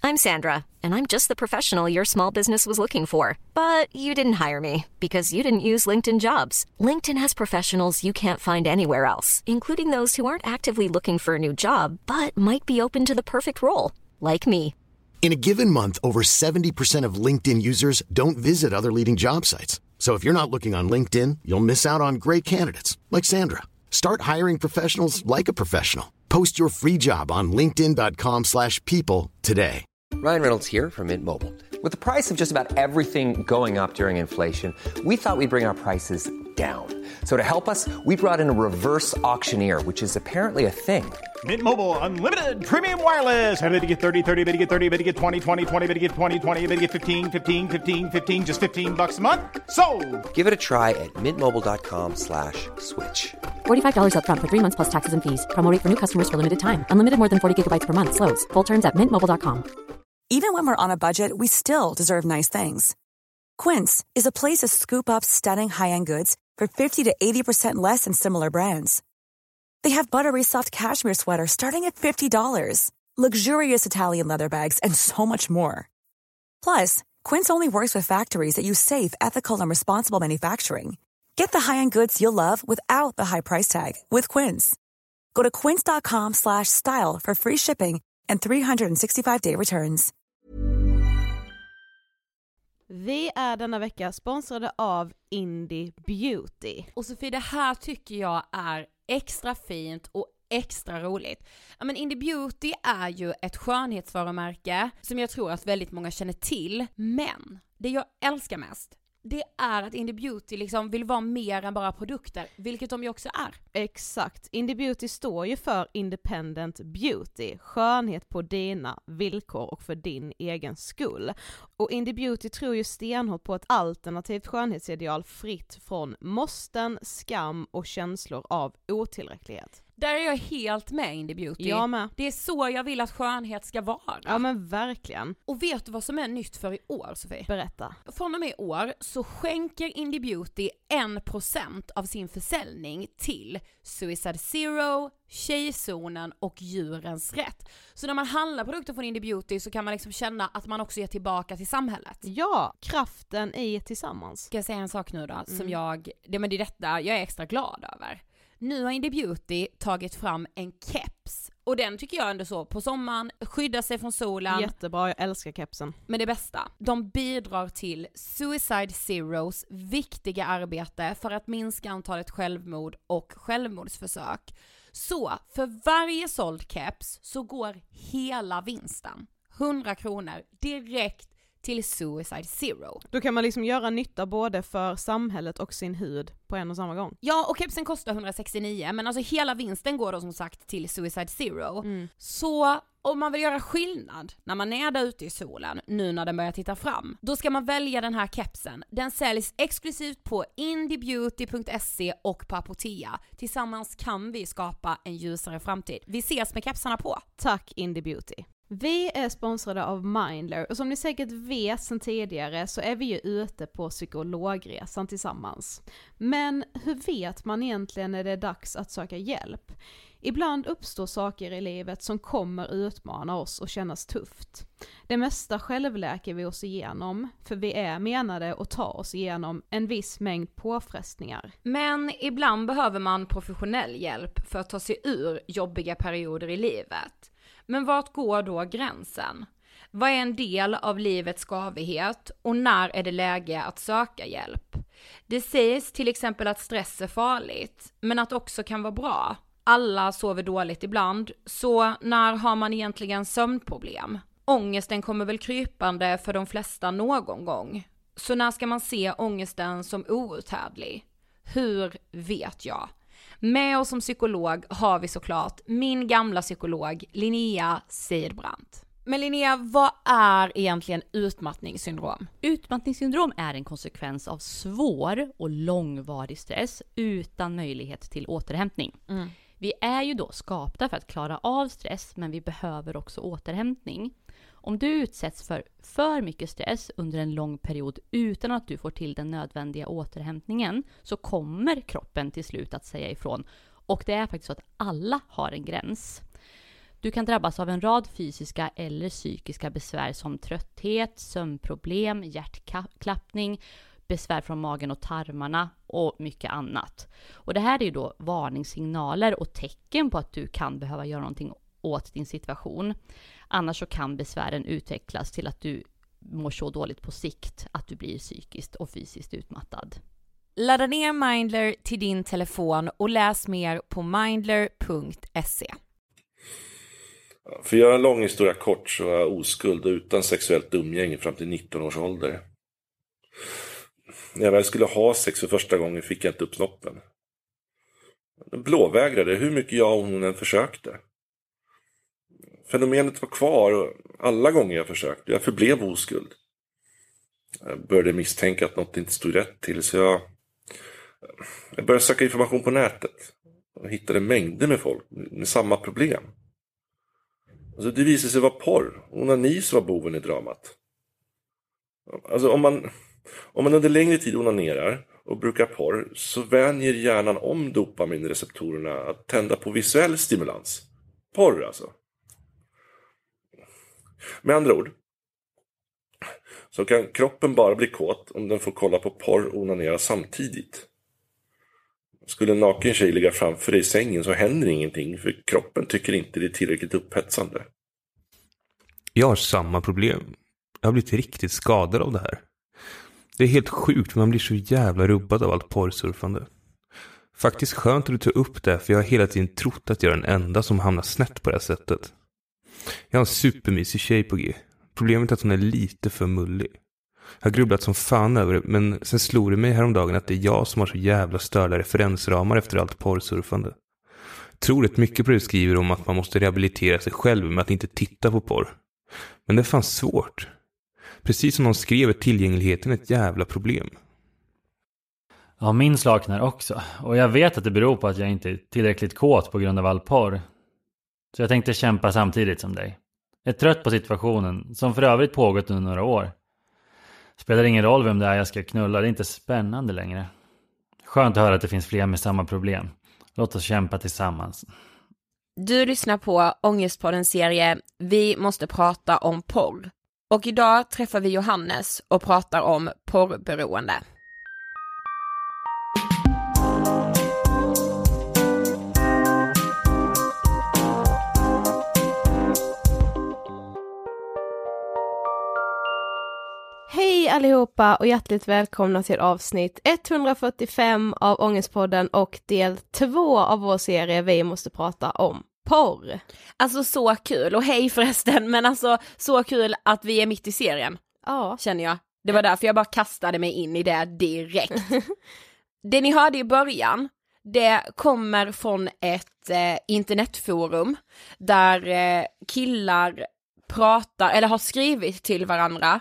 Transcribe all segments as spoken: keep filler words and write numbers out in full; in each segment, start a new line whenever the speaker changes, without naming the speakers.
I'm Sandra, and I'm just the professional your small business was looking for. But you didn't hire me because you didn't use LinkedIn Jobs. LinkedIn has professionals you can't find anywhere else, including those who aren't actively looking for a new job, but might be open to the perfect role, like me.
In a given month, over seventy percent of LinkedIn users don't visit other leading job sites. So if you're not looking on LinkedIn, you'll miss out on great candidates like Sandra. Start hiring professionals like a professional. Post your free job on linkedin dot com slash people today.
Ryan Reynolds here from Mint Mobile. With the price of just about everything going up during inflation, we thought we'd bring our prices down. So to help us, we brought in a reverse auctioneer, which is apparently a thing.
Mint Mobile Unlimited Premium Wireless. How to get thirty, thirty, how to get thirty, how to get twenty, twenty, twenty, how to get twenty, twenty, how to get fifteen, fifteen, fifteen, fifteen, just fifteen bucks a month? Sold!
Give it a try at mintmobile.com slash switch.
forty-five dollars up front for three months plus taxes and fees. Promo rate for new customers for limited time. Unlimited more than forty gigabytes per month. Slows full terms at mint mobile dot com.
Even when we're on a budget, we still deserve nice things. Quince is a place to scoop up stunning high-end goods for fifty to eighty percent less than similar brands. They have buttery soft cashmere sweaters starting at fifty dollars, luxurious Italian leather bags, and so much more. Plus, Quince only works with factories that use safe, ethical, and responsible manufacturing. Get the high-end goods you'll love without the high price tag with Quince. Go to quince dot com slash style for free shipping and three sixty-five day returns.
Vi är denna vecka sponsrade av Indie Beauty.
Och Sofie, det här tycker jag är extra fint och extra roligt. Ja, men Indie Beauty är ju ett skönhetsvarumärke som jag tror att väldigt många känner till. Men det jag älskar mest, det är att Indie Beauty liksom vill vara mer än bara produkter, vilket de ju också är.
Exakt. Indie Beauty står ju för Independent Beauty, skönhet på dina villkor och för din egen skull. Och Indie Beauty tror ju stenhårt på ett alternativt skönhetsideal fritt från måsten, skam och känslor av otillräcklighet.
Där är jag helt med Indie Beauty.
Jag med.
Det är så jag vill att skönhet ska vara.
Ja men verkligen.
Och vet du vad som är nytt för i år, Sofie?
Berätta.
Från och med i år så skänker Indie Beauty en procent av sin försäljning till Suicide Zero, Tjejzonen och Djurens Rätt. Så när man handlar produkter från Indie Beauty så kan man liksom känna att man också ger tillbaka till samhället.
Ja, kraften i tillsammans.
Ska jag säga en sak nu då?
Mm.
Som jag, det, men det är detta jag är extra glad över. Nu har Indie Beauty tagit fram en keps. Och den tycker jag ändå så på sommaren, skydda sig från solen.
Jättebra, jag älskar kepsen.
Men det bästa, de bidrar till Suicide Zeros viktiga arbete för att minska antalet självmord och självmordsförsök. Så för varje såld keps så går hela vinsten, hundra kronor, direkt till Suicide Zero.
Då kan man liksom göra nytta både för samhället och sin hud på en och samma gång.
Ja, och kepsen kostar hundrasextionio, men alltså hela vinsten går då som sagt till Suicide Zero. Mm. Så om man vill göra skillnad när man är där ute i solen, nu när den börjar titta fram, då ska man välja den här kepsen. Den säljs exklusivt på indiebeauty punkt se och på Apotea. Tillsammans kan vi skapa en ljusare framtid. Vi ses med kepsarna på.
Tack Indie Beauty. Vi är sponsrade av Mindler och som ni säkert vet sedan tidigare så är vi ju ute på psykologresan tillsammans. Men hur vet man egentligen när det är dags att söka hjälp? Ibland uppstår saker i livet som kommer utmana oss och kännas tufft. Det mesta självläker vi oss igenom, för vi är menade att ta oss igenom en viss mängd påfrestningar.
Men ibland behöver man professionell hjälp för att ta sig ur jobbiga perioder i livet. Men vart går då gränsen? Vad är en del av livets skavighet och när är det läge att söka hjälp? Det sägs till exempel att stress är farligt, men att också kan vara bra. Alla sover dåligt ibland, så när har man egentligen sömnproblem? Ångesten kommer väl krypande för de flesta någon gång. Så när ska man se ångesten som outhärdlig? Hur vet jag? Med oss som psykolog har vi såklart min gamla psykolog Linnea Seidbrant. Men Linnea, vad är egentligen utmattningssyndrom?
Utmattningssyndrom är en konsekvens av svår och långvarig stress utan möjlighet till återhämtning. Mm. Vi är ju då skapta för att klara av stress, men vi behöver också återhämtning. Om du utsätts för för mycket stress under en lång period utan att du får till den nödvändiga återhämtningen, så kommer kroppen till slut att säga ifrån. Och det är faktiskt så att alla har en gräns. Du kan drabbas av en rad fysiska eller psykiska besvär som trötthet, sömnproblem, hjärtklappning, besvär från magen och tarmarna och mycket annat. Och det här är ju då varningssignaler och tecken på att du kan behöva göra någonting åt din situation. Annars så kan besvären utvecklas till att du mår så dåligt på sikt att du blir psykiskt och fysiskt utmattad.
Ladda ner Mindler till din telefon och läs mer på mindler punkt se.
För att göra en lång historia kort så var jag oskuld och utan sexuellt umgänge fram till nitton års ålder. När jag väl skulle ha sex för första gången fick jag inte upp snoppen. Den blåvägrade hur mycket jag och hon än försökte. Fenomenet var kvar och alla gånger jag försökte. Jag förblev oskuld. Jag började misstänka att något inte stod rätt till så jag, jag började söka information på nätet. Och hittade mängder med folk med samma problem. Alltså det visade sig vara porr. Onani som var boven i dramat. Alltså om man, om man under längre tid onanerar och brukar porr så vänjer hjärnan om dopaminreceptorerna att tända på visuell stimulans. Porr alltså. Med andra ord så kan kroppen bara bli kåt om den får kolla på porr och onanera samtidigt. Skulle en naken tjej ligga framför dig i sängen så händer ingenting för kroppen tycker inte det är tillräckligt upphetsande.
Jag har samma problem. Jag har blivit riktigt skadad av det här. Det är helt sjukt för man blir så jävla rubbad av allt porrsurfande. Faktiskt skönt att du tar upp det för jag har hela tiden trott att jag är den enda som hamnar snett på det här sättet. Jag har en supermysig tjej på G. Problemet är att hon är lite för mullig. Jag har grubblat som fan över det, men sen slog det mig häromdagen att det är jag som har så jävla störda referensramar efter allt porrsurfande. Jag tror rätt mycket på det du skriver om att man måste rehabilitera sig själv med att inte titta på porr. Men det fanns svårt. Precis som någon skrev är tillgängligheten ett jävla problem.
Ja, min slaknar också. Och jag vet att det beror på att jag inte är tillräckligt kåt på grund av all porr. Så jag tänkte kämpa samtidigt som dig. Jag är trött på situationen, som för övrigt pågått under några år. Spelar ingen roll vem det är jag ska knulla, det är inte spännande längre. Skönt att höra att det finns fler med samma problem. Låt oss kämpa tillsammans.
Du lyssnar på Ångestpoddens serie Vi måste prata om porr. Och idag träffar vi Johannes och pratar om porrberoende.
Hej allihopa och hjärtligt välkomna till avsnitt etthundrafyrtiofem av Ångestpodden och del två av vår serie Vi måste prata om porr.
Alltså så kul, och hej förresten, men alltså så kul att vi är mitt i serien.
Ja.
Känner jag. Det var därför jag bara kastade mig in i det direkt. Det ni hörde i början, det kommer från ett eh, internetforum där eh, killar pratar eller har skrivit till varandra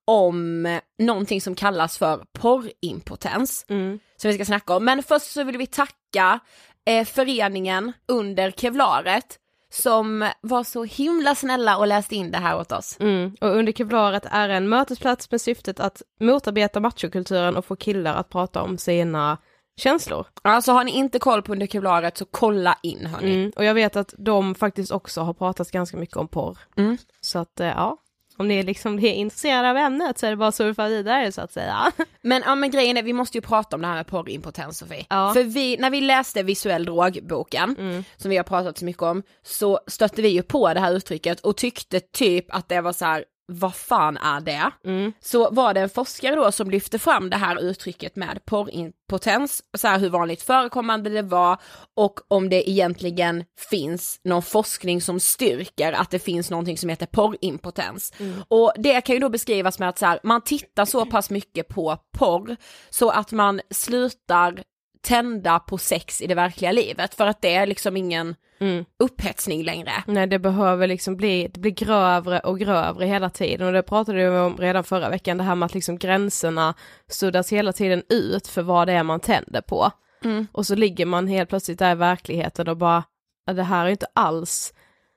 om någonting som kallas för porrimpotens, mm. som vi ska snacka om. Men först så vill vi tacka eh, föreningen Under Kevlaret som var så himla snälla och läste in det här åt oss.
Mm. Och Under Kevlaret är en mötesplats med syftet att motarbeta machokulturen och få killar att prata om sina känslor.
Alltså har ni inte koll på Under Kevlaret så kolla in, hörni.
Mm. Och jag vet att de faktiskt också har pratat ganska mycket om porr. Mm. Så att ja, om ni är liksom är intresserade av ämnet så är det bara att surfa vidare så att säga.
Men, ja, men grejen är, vi måste ju prata om det här med porrimpotens, Sofie.
Ja.
För vi, när vi läste Visuell drogboken, mm. som vi har pratat så mycket om, så stötte vi ju på det här uttrycket och tyckte typ att det var så här: vad fan är det? Mm. Så var det en forskare då som lyfte fram det här uttrycket med porrimpotens, så här hur vanligt förekommande det var och om det egentligen finns någon forskning som styrker att det finns någonting som heter porrimpotens. Mm. Och det kan ju då beskrivas med att så här, man tittar så pass mycket på porr så att man slutar tända på sex i det verkliga livet för att det är liksom ingen mm. upphetsning längre.
Nej, det behöver liksom bli, det blir grövre och grövre hela tiden och det pratade vi om redan förra veckan, det här med att liksom gränserna suddas hela tiden ut för vad det är man tänder på. Mm. Och så ligger man helt plötsligt där i verkligheten och bara, det här är inte alls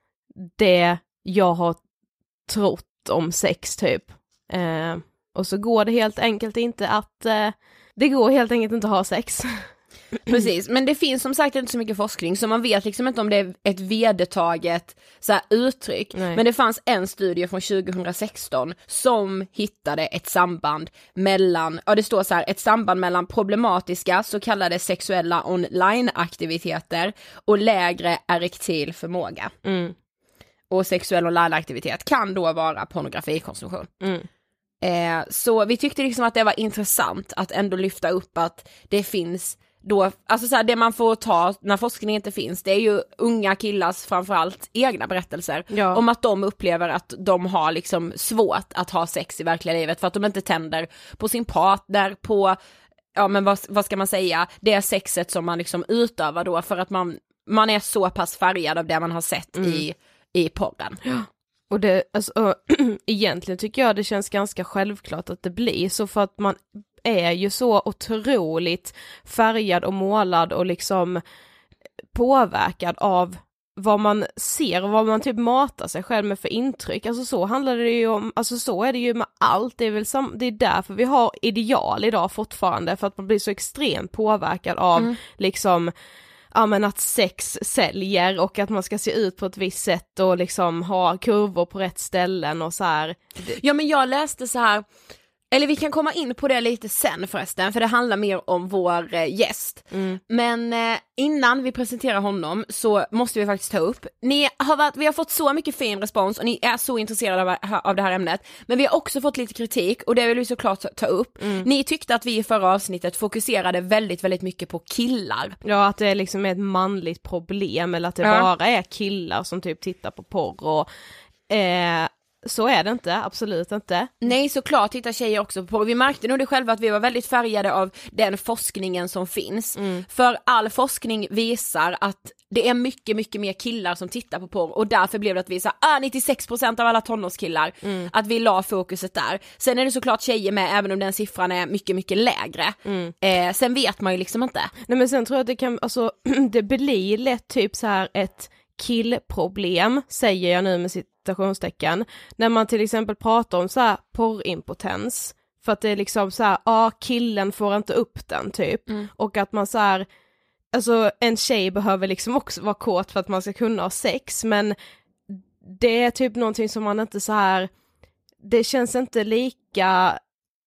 det jag har trott om sex typ. Eh, och så går det helt enkelt inte att, eh, det går helt enkelt inte att ha sex.
Precis, men det finns som sagt inte så mycket forskning så man vet liksom inte om det är ett vedertaget så här, uttryck. Nej. Men det fanns en studie från tjugohundrasexton som hittade ett samband mellan, ja det står så här, ett samband mellan problematiska så kallade sexuella online-aktiviteter och lägre erektil förmåga. Mm. Och sexuell online-aktivitet kan då vara pornografikonsumtion. Mm. Eh, så vi tyckte liksom att det var intressant att ändå lyfta upp att det finns då, alltså så här, det man får ta när forskning inte finns, det är ju unga killars framförallt egna berättelser ja. om att de upplever att de har liksom svårt att ha sex i verkliga livet för att de inte tänder på sin partner, på, ja men vad, vad ska man säga, det är sexet som man liksom utövar då för att man, man är så pass färgad av det man har sett mm. i, i podden.
Ja. Och det, alltså, egentligen tycker jag det känns ganska självklart att det blir så för att man är ju så otroligt färgad och målad och liksom påverkad av vad man ser och vad man typ matar sig själv med för intryck. Alltså så handlar det ju om, alltså så är det ju med allt. Det är väl sam, det är därför vi har ideal idag fortfarande, för att man blir så extremt påverkad av mm. liksom ja men att sex säljer och att man ska se ut på ett visst sätt och liksom ha kurvor på rätt ställen och så här.
Ja men jag läste så här, eller vi kan komma in på det lite sen förresten, för det handlar mer om vår eh, gäst. Mm. Men eh, innan vi presenterar honom så måste vi faktiskt ta upp, ni har varit, vi har fått så mycket fin respons och ni är så intresserade av, av det här ämnet, men vi har också fått lite kritik och det vill vi såklart ta, ta upp. Mm. Ni tyckte att vi i förra avsnittet fokuserade väldigt, väldigt mycket på killar.
Ja, att det är liksom ett manligt problem eller att det ja. bara är killar som typ tittar på porr och eh, så är det inte, absolut inte.
Nej, såklart tittar tjejer också på. Vi märkte nog det själva att vi var väldigt färgade av den forskningen som finns. Mm. För all forskning visar att det är mycket, mycket mer killar som tittar på porr. Och därför blev det att vi sa, ah, nittiosex procent av alla tonårskillar. Mm. Att vi la fokuset där. Sen är det såklart tjejer med, även om den siffran är mycket, mycket lägre. Mm. Eh, sen vet man ju liksom inte.
Nej, men sen tror jag att det kan, alltså det blir lätt typ så här ett killproblem, säger jag nu med citationstecken, när man till exempel pratar om så här porrimpotens, för att det är liksom så här, ja ah, killen får inte upp den typ, mm. och att man så här, alltså en tjej behöver liksom också vara kåt för att man ska kunna ha sex, men det är typ någonting som man inte så här, det känns inte lika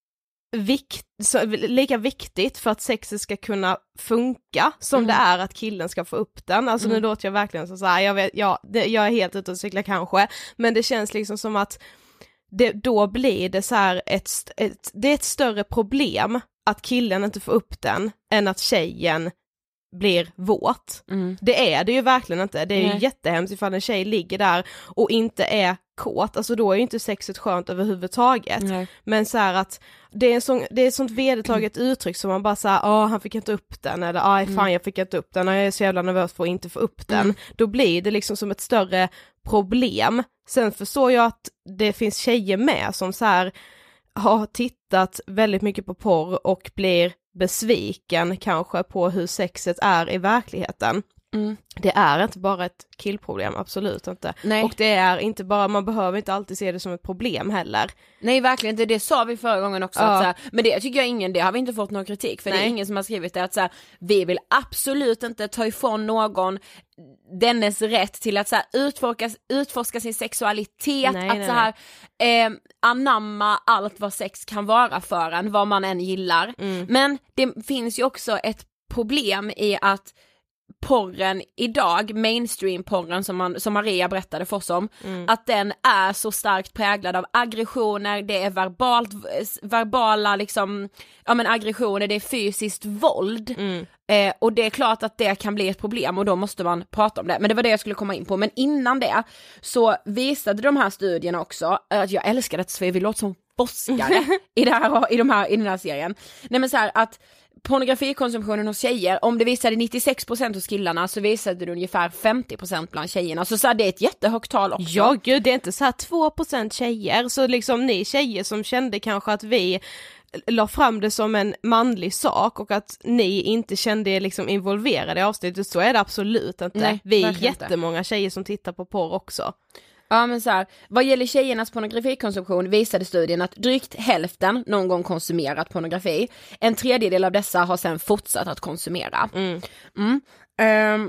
Vikt, så, lika viktigt för att sexet ska kunna funka som mm. det är att killen ska få upp den. Alltså mm. nu låter jag verkligen så här, jag vet, ja, det, jag är helt ute och cyklar kanske, men det känns liksom som att det, då blir det så här ett, ett, det är ett större problem att killen inte får upp den än att tjejen blir våt. Mm. Det är det ju verkligen inte. Det är Nej. ju jättehemskt ifall en tjej ligger där och inte är kåt. Alltså då är ju inte sexet skönt överhuvudtaget. Nej. Men så här att det är, en sån, det är ett sånt vedertaget mm. uttryck som man bara säger, ja han fick inte upp den, eller aj fan mm. jag fick inte upp den och jag är så jävla nervös för att inte få upp den. Mm. Då blir det liksom som ett större problem. Sen förstår jag att det finns tjejer med som så här har tittat väldigt mycket på porr och blir besviken kanske på hur sexet är i verkligheten. Mm. Det är inte bara ett killproblem, absolut inte. Nej. Och det är inte bara, man behöver inte alltid se det som ett problem heller.
Nej, verkligen inte. Det sa vi förra gången också. Ja. Att så här, men det tycker jag ingen, det har vi inte fått någon kritik för. Nej. Det är ingen som har skrivit det att så här, vi vill absolut inte ta ifrån någon dennes rätt till att så här, utforska, utforska sin sexualitet, nej, att nej, så här eh, anamma allt vad sex kan vara för en, vad man än gillar. Mm. Men det finns ju också ett problem i att porren idag, mainstream-porren som, man, som Maria berättade för oss om, mm. att den är så starkt präglad av aggressioner, det är verbalt, verbala liksom, ja men aggressioner, det är fysiskt våld. Mm. Eh, och det är klart att det kan bli ett problem och då måste man prata om det. Men det var det jag skulle komma in på. Men innan det så visade de här studierna också att jag älskar det, för vi låter som forskare i, det här, i, de här, i den här serien. Nej men så här att pornografikonsumtionen hos tjejer, om det visade nittiosex procent hos killarna så visade det ungefär femtio procent bland tjejerna. Så, så här, det är ett jättehögt tal också.
Ja gud, det är inte så här två procent tjejer. Så liksom ni tjejer som kände kanske att vi la fram det som en manlig sak och att ni inte kände er liksom involverade i avsnittet, så är det absolut inte. Nej, vi är jättemånga inte. Tjejer som tittar på porr också.
Ja men så här, vad gäller tjejernas pornografikonsumtion visade studien att drygt hälften någon gång konsumerat pornografi. En tredjedel av dessa har sedan fortsatt att konsumera.
Mm.
Mm. Um,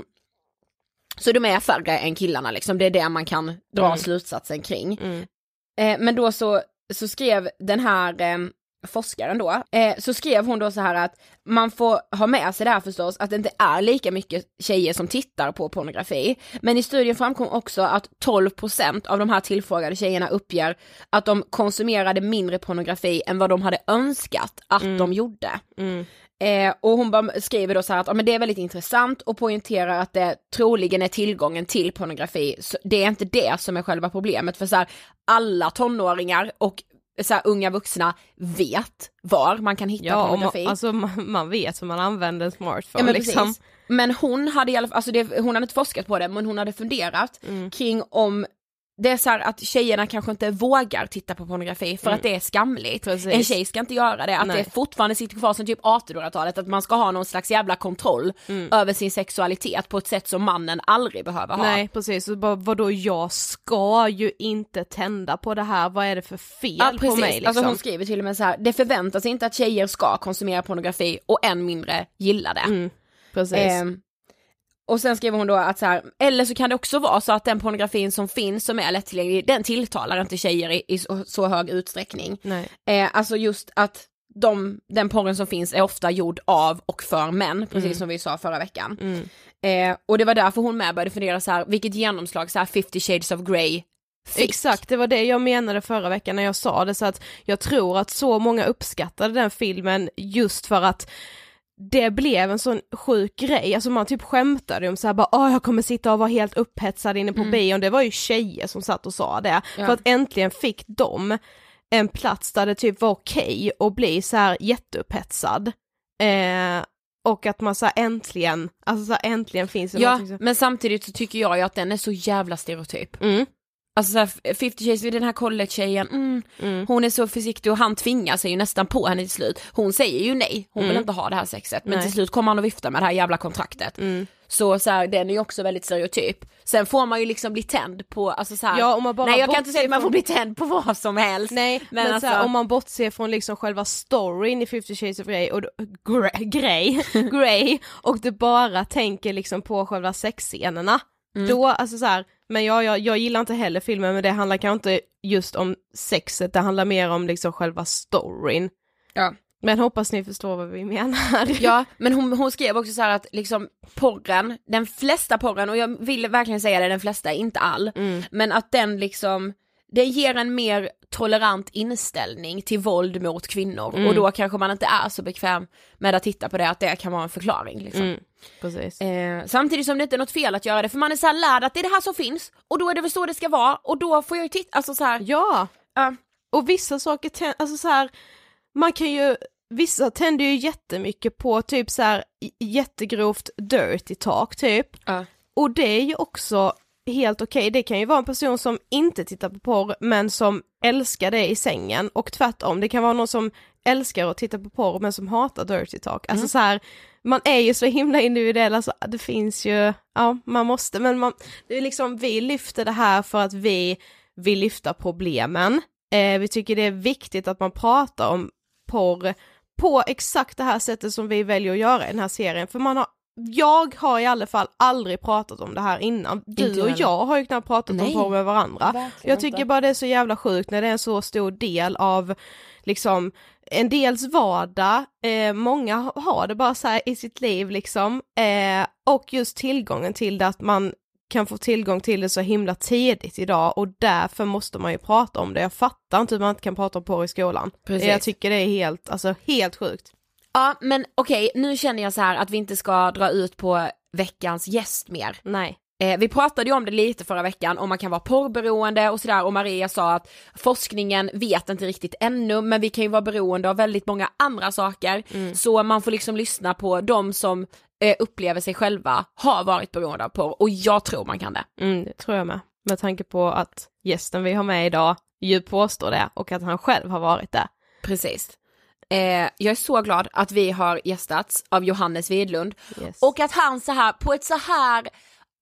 så de är färre än killarna liksom, det är det man kan dra mm. slutsatsen kring.
Mm.
Eh, men då så, så skrev den här eh, forskaren då, eh, så skrev hon då så här att man får ha med sig det här förstås, att det inte är lika mycket tjejer som tittar på pornografi. Men i studien framkom också att tolv procent av de här tillfrågade tjejerna uppger att de konsumerade mindre pornografi än vad de hade önskat att
mm.
de gjorde.
Mm.
Eh, och hon bara skriver då så här att ja, men det är väldigt intressant och poängterar att det troligen är tillgången till pornografi. Så det är inte det som är själva problemet, för så här, alla tonåringar och så här, unga vuxna vet var man kan hitta
ja,
pornografi.
Man, alltså man, man vet hur man använder en smartphone.
Ja, men,
liksom.
men hon hade i alla fall, alltså det, hon hade inte forskat på det, men hon hade funderat
mm.
kring om det är så här att tjejerna kanske inte vågar titta på pornografi för mm. att det är skamligt.
Precis.
En tjej ska inte göra det. Att
Nej.
det fortfarande sitter kvar som typ artonhundratalet. Att man ska ha någon slags jävla kontroll
mm.
över sin sexualitet på ett sätt som mannen aldrig behöver ha.
Nej, precis. Så bara, vadå, jag ska ju inte tända på det här. Vad är det för fel
ja,
på mig? Liksom?
Alltså hon skriver till och med så här: det förväntas inte att tjejer ska konsumera pornografi och än mindre gilla det.
Mm. Precis.
Eh, Och sen skriver hon då att så här, eller så kan det också vara så att den pornografin som finns som är lättillgänglig, den tilltalar inte tjejer i, i så, så hög utsträckning.
Nej.
Eh, alltså just att de, den porren som finns är ofta gjord av och för män, precis
mm.
som vi sa förra veckan.
Mm.
Eh, och det var därför hon med började fundera så här, vilket genomslag så här fifty shades of Grey fick.
Exakt, det var det jag menade förra veckan när jag sa det, så att jag tror att så många uppskattade den filmen just för att det blev en sån sjuk grej, alltså man typ skämtade om så här bara, åh jag kommer sitta och vara helt upphetsad inne på mm. bion, det var ju tjejer som satt och sa det, ja. För att äntligen fick de en plats där det typ var okej att bli så här jätteupphetsad eh, och att man så här äntligen, alltså så här äntligen finns det
ja,
som...
men samtidigt så tycker jag ju att den är så jävla stereotyp.
Mm.
Alltså såhär, fifty Shades, den här college-tjejen, mm,
mm.
hon är så försiktig och han tvingar sig ju nästan på henne till slut. Hon säger ju nej, hon
mm.
vill inte ha det här sexet, men
nej.
till slut kommer han att vifta med det här jävla kontraktet.
Mm.
Så såhär, den är ju också väldigt stereotyp. Sen får man ju liksom bli tänd på, alltså såhär,
ja, om man bara
nej jag kan inte säga att man
från...
får bli tänd på vad som helst.
Nej, men, men alltså... såhär, om man bortser från liksom själva storyn i fifty Shades of Grey och Grey, Grey, Grey och du bara tänker liksom på själva sexscenerna. Mm. Då, alltså så här, men jag, jag, jag gillar inte heller filmen, men det handlar kanske inte just om sexet, det handlar mer om liksom själva storyn.
Ja.
Men hoppas ni förstår vad vi menar.
Ja, men hon, hon skrev också så här att liksom porren, den flesta porren, och jag vill verkligen säga det, den flesta, inte all,
mm.
men att den liksom, det ger en mer tolerant inställning till våld mot kvinnor, mm. och då kanske man inte är så bekväm med att titta på det, att det kan vara en förklaring liksom.
Mm. Precis.
Eh, samtidigt som det inte är något fel att göra det, för man är så här lärd att det är det här som finns, och då är det väl så det ska vara, och då får jag ju titta, alltså så här.
Ja,
uh.
och vissa saker, t- alltså så här, man kan ju, vissa tänder ju jättemycket på typ så här jättegrovt dirty talk typ,
uh.
och det är ju också helt okej. Okay. Det kan ju vara en person som inte tittar på porr men som älskar det i sängen, och tvärtom, det kan vara någon som älskar att titta på porr men som hatar dirty talk. Alltså mm. så här, man är ju så himla individuell, alltså det finns ju, ja man måste, men man, det är liksom, vi lyfter det här för att vi vill lyfta problemen. Eh, vi tycker det är viktigt att man pratar om porr på exakt det här sättet som vi väljer att göra i den här serien, för man har, jag har i alla fall aldrig pratat om det här innan. Du
inte
och
heller.
jag har ju knappt pratat
Nej.
om porr med varandra.
Verkligen
jag tycker
inte.
bara det är så jävla sjukt när det är en så stor del av liksom en dels vardag, eh, många har det bara så här i sitt liv liksom, eh, och just tillgången till det, att man kan få tillgång till det så himla tidigt idag, och därför måste man ju prata om det. Jag fattar inte hur man inte kan prata om porr i skolan.
Precis.
Jag tycker det är helt, alltså helt sjukt.
Ja, men okej, nu känner jag så här att vi inte ska dra ut på veckans gäst mer.
Nej.
Eh, vi pratade ju om det lite förra veckan, om man kan vara porrberoende och sådär, och Maria sa att forskningen vet inte riktigt ännu, men vi kan ju vara beroende av väldigt många andra saker,
mm.
så man får liksom lyssna på de som eh, upplever sig själva har varit beroende av porr, och jag tror man kan det.
Mm, det tror jag med, med tanke på att gästen vi har med idag ju påstår det, och att han själv har varit det.
Precis. Eh, jag är så glad att vi har gästats av Johannes Widlund,
yes.
och att han så här på ett så här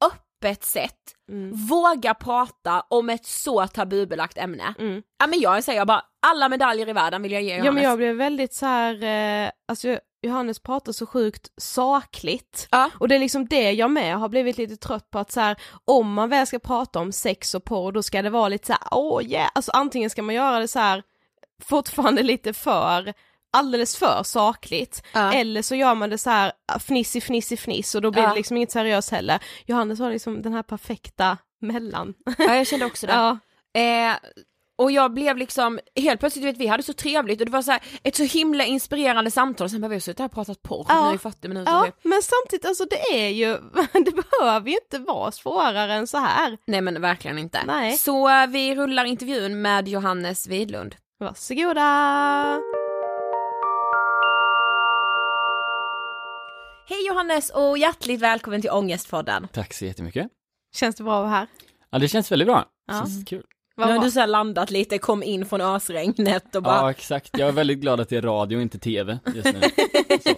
öppet sätt
Mm.
vågar prata om ett så tabubelagt ämne.
Mm.
Ja men jag säger bara, alla medaljer i världen vill jag ge Johannes.
Ja men jag blev väldigt så här, eh, alltså Johannes pratar så sjukt sakligt.
Ja.
Och det är liksom det jag med har blivit lite trött på, att så här, om man väl ska prata om sex och porr, då ska det vara lite så här, åh oh yeah, alltså antingen ska man göra det så här fortfarande lite för alldeles för sakligt,
ja. Eller
så gör man det så här fniss i fniss i fniss och då blir
ja.
det liksom inget seriöst heller. Johannes har liksom den här perfekta mellan.
Ja, jag kände också det.
Ja.
Eh, och jag blev liksom, helt plötsligt, vet, vi hade så trevligt och det var så här, ett så himla inspirerande samtal, sen behöver vi suttit här och pratat porr
ja.
nu i fyrtio minuter.
Ja,
typ.
men samtidigt, alltså det är ju, det behöver ju inte vara svårare än så här.
Nej men verkligen inte.
Nej.
Så eh, vi rullar intervjun med Johannes Widlund.
Varsågoda!
Hej Johannes och hjärtligt välkommen till Ångestpodden.
Tack så jättemycket.
Känns det bra att vara här?
Ja, det känns väldigt bra. Det
Ja.
känns kul.
Nu har du så här landat lite, kom in från ösregnet och bara...
Ja, exakt. Jag är väldigt glad att det är radio och inte tv just nu. Så.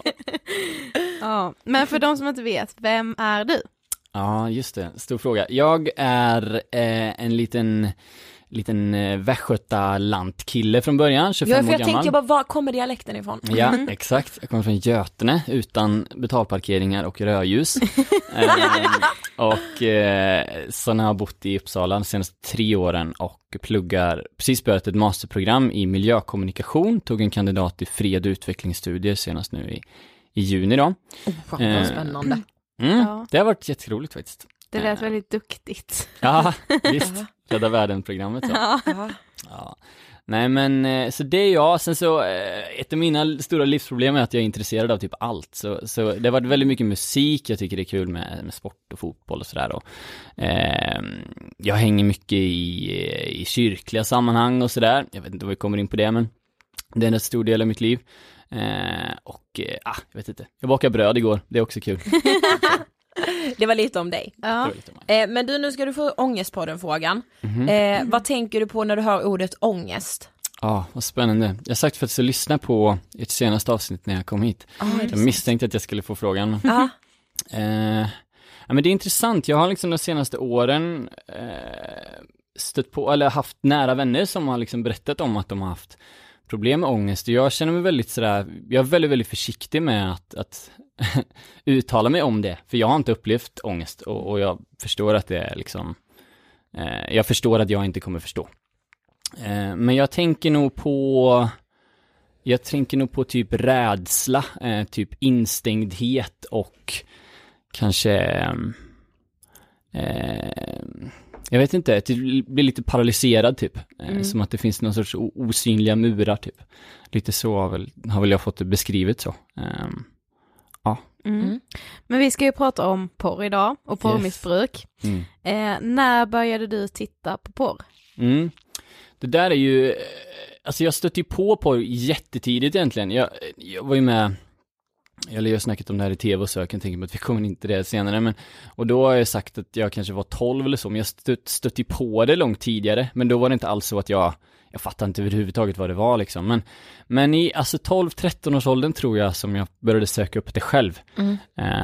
Ja, men för de som inte vet, vem är du?
Ja, just det. Stor fråga. Jag är eh, en liten... liten eh, västgötalantkille från början, tjugofem
ja, för
år
jag
gammal.
tänkte bara, var kommer dialekten ifrån?
Ja, mm. exakt. Jag kommer från Götene utan betalparkeringar och rödljus. eh, och eh, sen har jag bott i Uppsala de senaste tre åren och pluggar, precis börjat ett masterprogram i miljökommunikation, tog en kandidat i fred- och utvecklingsstudier senast nu i, i juni då.
Oh, vad eh, spännande.
Mm,
ja.
Det har varit jätteroligt faktiskt.
Det lät väldigt duktigt.
Ja, visst. Rädda världen-programmet.
Ja.
Ja. Nej men, så det är jag. Sen så, ett av mina stora livsproblem är att jag är intresserad av typ allt. Så, så det har varit väldigt mycket musik. Jag tycker det är kul med, med sport och fotboll och sådär. Eh, jag hänger mycket i, i kyrkliga sammanhang och sådär. Jag vet inte om vi kommer in på det, men det är en stor del av mitt liv. Eh, och, ah, jag vet inte. Jag bakade bröd igår. Det är också kul.
Det var lite om dig.
Ja.
Eh, men du, nu ska du få ångestpodden-frågan.
Mm-hmm.
Eh, vad tänker du på när du hör ordet ångest?
Ja, ah, vad spännande. Jag har sagt för att jag lyssna på ett senaste avsnitt när jag kom hit.
Ah,
jag misstänkte att jag skulle få frågan.
Ah.
Eh, ja, men det är intressant. Jag har liksom de senaste åren eh, stött på, eller haft nära vänner som har liksom berättat om att de har haft problem med ångest. Jag känner mig väldigt sådär, jag är väldigt, väldigt försiktig med att, att uttala mig om det. För jag har inte upplevt ångest och, och jag förstår att det är liksom, eh, jag förstår att jag inte kommer förstå. Eh, men jag tänker nog på, jag tänker nog på typ rädsla, eh, typ instängdhet och kanske, eh, jag vet inte, typ, blir lite paralyserad typ. Eh, mm. Som att det finns någon sorts osynliga murar typ. Lite så har väl, har väl jag fått det beskrivet så. Eh, ja.
Mm. Mm. Men vi ska ju prata om porr idag och porrmissbruk. Yes. Mm. Eh, när började du titta på porr?
Mm. Det där är ju, alltså jag stötte ju på porr jättetidigt egentligen. Jag, jag var ju med, eller jag har snackat om det här i tv och så jag kan tänka mig att vi kommer inte det senare. Men, och då har jag sagt att jag kanske var tolv eller så, men jag stött, stötte ju på det långt tidigare. Men då var det inte alls så att jag, jag fattar inte överhuvudtaget vad det var liksom. Men, men i alltså tolv tretton års åldern tror jag som jag började söka upp det själv. Mm.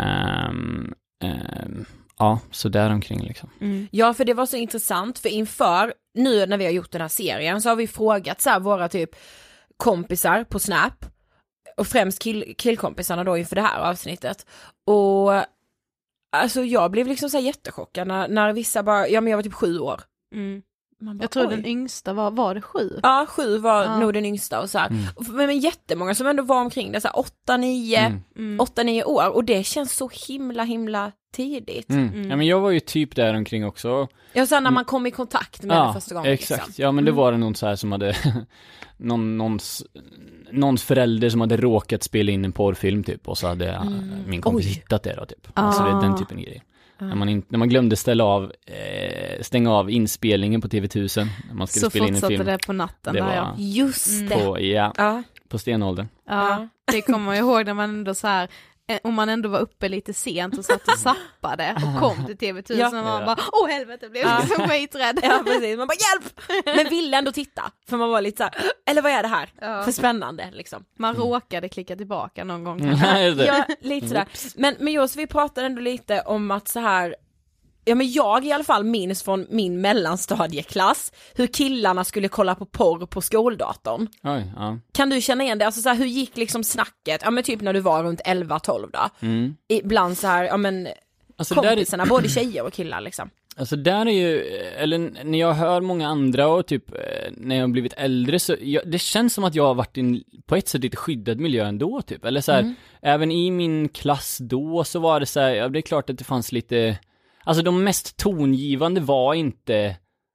Um, um, Ja, så där omkring liksom.
Mm. Ja, för det var så intressant, för inför, nu när vi har gjort den här serien så har vi frågat så här, våra typ kompisar på Snap och främst kill- killkompisarna då inför det här avsnittet. Och alltså jag blev liksom så här jättechockad när, när vissa bara, ja men jag var typ sju år.
Mm.
Bara,
jag tror
oj.
den yngsta var, var det sju?
Ja, sju var
ja.
nog den yngsta och så här. Mm. Men, men jättemånga som ändå var omkring det, så här åtta, nio,
mm.
Mm. åtta, nio år. Och det känns så himla, himla tidigt.
Mm. Mm. Ja, men jag var ju typ där omkring också.
Ja, sen när man kom i kontakt med
ja,
det första gången.
Exakt,
liksom.
ja men det
mm.
var det någon så här som hade någon, någons, någons förälder som hade råkat spela in en porrfilm typ. Och så hade mm. min kompis Oj. hittat det då typ. Ah. Alltså det är den typen av grej. Mm. När, man in, när man glömde ställa av eh, stänga av inspelningen på T V tusen när man skulle
så
spela in en film.
Så fortsatte det på natten
det
där
var
ja.
Just det.
På, ja,
ja.
på stenåldern.
Ja, det kommer man ihåg när man ändå så här, om man ändå var uppe lite sent och satt och zappade och kom till T V tusen ja. och man bara, åh helvete, blev jag så skiträdd.
Ja, precis. Man bara, hjälp! Men ville ändå titta, för man var lite så här, eller vad är det här? Ja. För spännande, liksom.
Man mm. råkade klicka tillbaka någon gång.
Mm.
Ja, lite sådär. Men, men just, vi pratade ändå lite om att så här, Ja, men jag i alla fall minns från min mellanstadieklass hur killarna skulle kolla på porr på skoldatorn.
Oj, ja.
Kan du känna igen det? Alltså så här, hur gick liksom snacket? Ja, men typ när du var runt elva tolv då.
Mm.
Ibland så här, ja men
alltså,
kompisarna,
är...
både tjejer och killar liksom.
Alltså där är ju, eller när jag hör många andra och typ när jag har blivit äldre så, jag, det känns som att jag har varit i på ett sätt lite skyddad miljö ändå typ. Eller så här, mm. även i min klass då så var det så här, ja det är klart att det fanns lite, alltså de mest tongivande var inte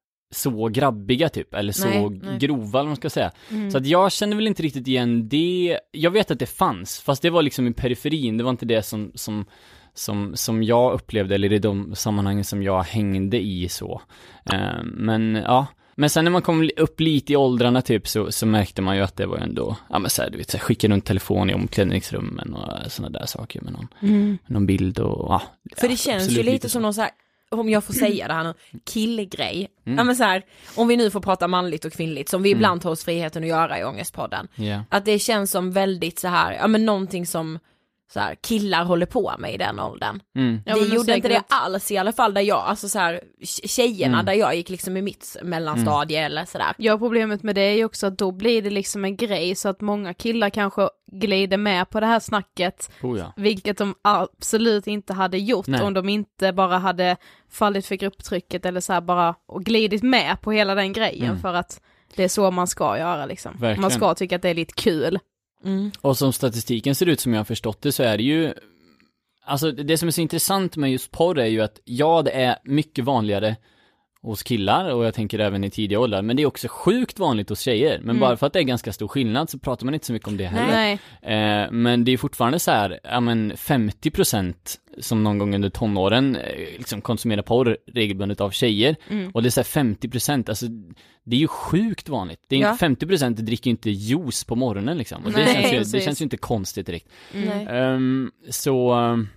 så grabbiga typ, eller så nej, nej. grova eller man ska säga. Mm. Så att jag kände väl inte riktigt igen det, jag vet att det fanns, fast det var liksom i periferin, det var inte det som, som Som, som jag upplevde, eller i de sammanhangen som jag hängde i så. Eh, men ja, men sen när man kom upp lite i åldrarna typ så, så märkte man ju att det var ändå, ja men så här, du vet, så här, skicka runt telefon i omklädningsrummen och sådana där saker med någon,
mm.
med någon bild och ja.
För det känns ju lite, lite som någon så här, om jag får säga det här, killgrej. Mm. Ja men så här, om vi nu får prata manligt och kvinnligt, som vi mm. ibland tar oss friheten att göra i Ångestpodden.
Yeah.
Att det känns som väldigt så här, ja men någonting som så här, killar håller på med i den åldern.
Mm.
Det ja, gjorde inte det alls i alla fall där jag, alltså så här, tjejerna mm. där jag gick liksom i mitt mellanstadie mm. eller sådär.
Ja, problemet med det är ju också att då blir det liksom en grej så att många killar kanske glider med på det här snacket.
Oh ja.
Vilket de absolut inte hade gjort. Nej. Om de inte bara hade fallit för grupptrycket eller så här bara och glidit med på hela den grejen mm. för att det är så man ska göra liksom.
Verkligen.
Man ska tycka att det är lite kul.
Mm.
Och som statistiken ser ut som jag har förstått det så är det ju, alltså det som är så intressant med just porr är ju att ja, det är mycket vanligare hos killar och jag tänker även i tidiga åldrar, men det är också sjukt vanligt hos tjejer, men mm. bara för att det är ganska stor skillnad så pratar man inte så mycket om det heller. Eh, men det är fortfarande så här, ja men femtio procent som någon gång under tonåren eh, liksom konsumerar porr regelbundet av tjejer
mm.
och det är så här femtio procent, alltså det är ju sjukt vanligt. Det är
ja.
inte femtio procent dricker ju inte juice på morgonen liksom. Och det,
Nej,
känns ju, det känns ju inte konstigt direkt.
Mm.
Um, så um,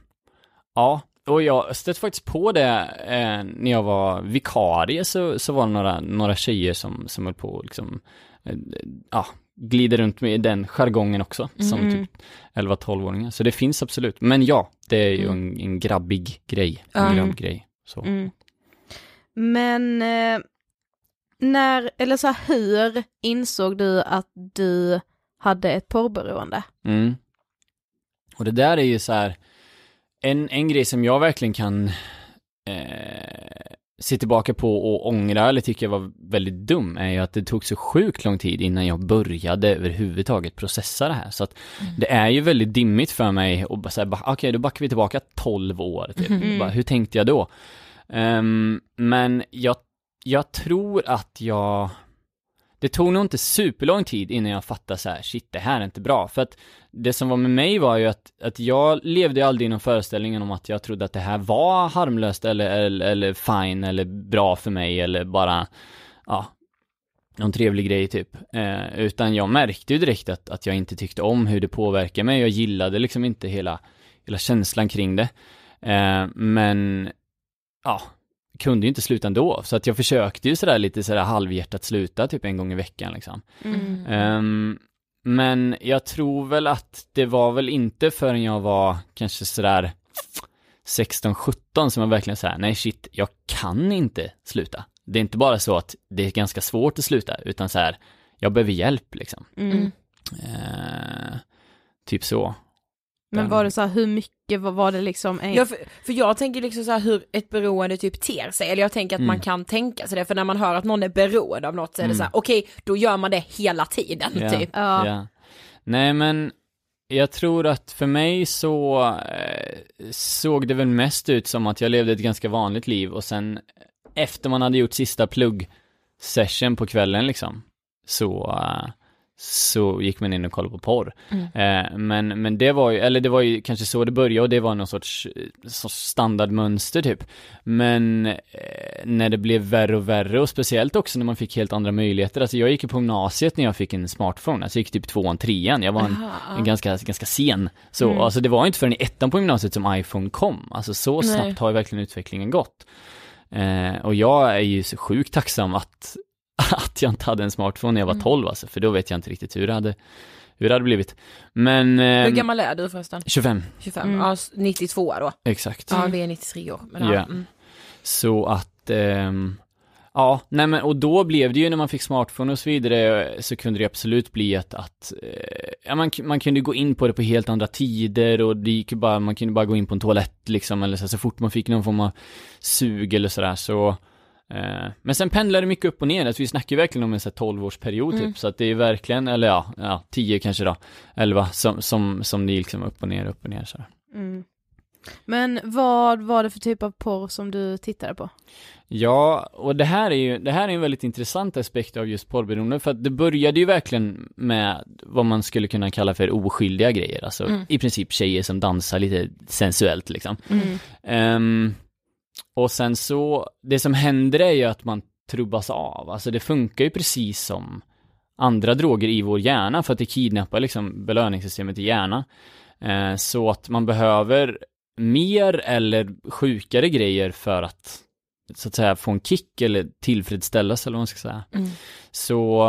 ja, och jag stötte faktiskt på det eh, när jag var vikarie så, så var det några, några tjejer som, som höll på liksom, eh, ja, glider runt med den jargongen också mm. som typ elva tolv-åringar. Så det finns absolut. Men ja, det är ju mm. en, en grabbig grej. En
mm.
grabb grej. Så.
Mm. Men eh, när, eller så här, hur insåg du att du hade ett porrberoende?
Mm. Och det där är ju så här En, en grej som jag verkligen kan eh, se tillbaka på och ångra eller tycker jag var väldigt dum är ju att det tog så sjukt lång tid innan jag började överhuvudtaget processa det här. Så att mm. det är ju väldigt dimmigt för mig och bara säga, okej okay, då backar vi tillbaka tolv år. Typ. Mm. Bara, hur tänkte jag då? Um, men jag, jag tror att jag... Det tog nog inte superlång tid innan jag fattade så här, shit, det här är inte bra. För att det som var med mig var ju att, att jag levde aldrig i någon föreställningen om att jag trodde att det här var harmlöst eller, eller, eller fine eller bra för mig eller bara, ja, någon trevlig grej typ. Eh, utan jag märkte ju direkt att, att jag inte tyckte om hur det påverkar mig. Jag gillade liksom inte hela, hela känslan kring det. Eh, men, ja... kunde ju inte sluta ändå. Så att jag försökte ju sådär lite sådär halvhjärtat sluta typ en gång i veckan liksom.
Mm.
Um, men jag tror väl att det var väl inte förrän jag var kanske sådär sexton sjutton som jag verkligen såhär, nej shit, jag kan inte sluta. Det är inte bara så att det är ganska svårt att sluta, utan så här, jag behöver hjälp liksom.
Mm.
Uh, typ så.
Men var det så här, hur mycket var, var det liksom? En...
Ja, för, för jag tänker liksom så här hur ett beroende typ ter sig, eller jag tänker att mm. man kan tänka sig det, för när man hör att någon är beroende av något så är det mm. så här, okej, okay, då gör man det hela tiden
ja,
typ.
Ja.
Ja. Nej men jag tror att för mig så eh, såg det väl mest ut som att jag levde ett ganska vanligt liv och sen efter man hade gjort sista plugg session på kvällen liksom så eh, så gick man in och kollade på porr.
Mm.
Eh, men, men det var ju, eller det var ju kanske så det började och det var någon sorts, sorts standardmönster typ. Men eh, när det blev värre och värre och speciellt också när man fick helt andra möjligheter. Alltså jag gick ju på gymnasiet när jag fick en smartphone. Alltså jag gick typ tvåan, trean. Jag var en, en ganska, ganska sen. Så mm. alltså det var inte förrän i ettan på gymnasiet som iPhone kom. Alltså så snabbt Nej. har ju verkligen utvecklingen gått. Eh, och jag är ju så sjukt tacksam att att jag inte hade en smartphone när jag var tolv alltså, för då vet jag inte riktigt hur det hade, hur det hade blivit. Men eh,
hur gammal är du förresten?
tjugofem.
tjugofem, mm. ja, nittiotvå då.
Exakt.
Ja, vi är nittiotre år. Men, ja.
Ja.
Mm.
Så att ehm, ja, nej men, och då blev det ju när man fick smartphone och så vidare, så kunde det absolut bli att, att eh, ja, man, man kunde gå in på det på helt andra tider, och det gick bara, man kunde bara gå in på en toalett liksom, eller så, så fort man fick någon form av sug eller sådär, så eh, men sen pendlade det mycket upp och ner, alltså vi snackar ju verkligen om en så här tolv-årsperiod mm. typ, så att det är verkligen, eller ja, ja tio kanske då, elva, som, som, som det liksom upp och ner, upp och ner så.
Mm. Men vad var det för typ av porr som du tittade på?
Ja, och det här är ju det här är en väldigt intressant aspekt av just porrberoende, för att det började ju verkligen med vad man skulle kunna kalla för oskyldiga grejer, alltså mm. i princip tjejer som dansar lite sensuellt liksom. Mm. Um, och sen så, det som händer är ju att man trubbas av, alltså det funkar ju precis som andra droger i vår hjärna, för att det kidnappar liksom belöningssystemet i hjärnan. Uh, så att man behöver mer eller sjukare grejer för att så att säga få en kick eller tillfredsställas, eller vad man ska säga. Mm. Så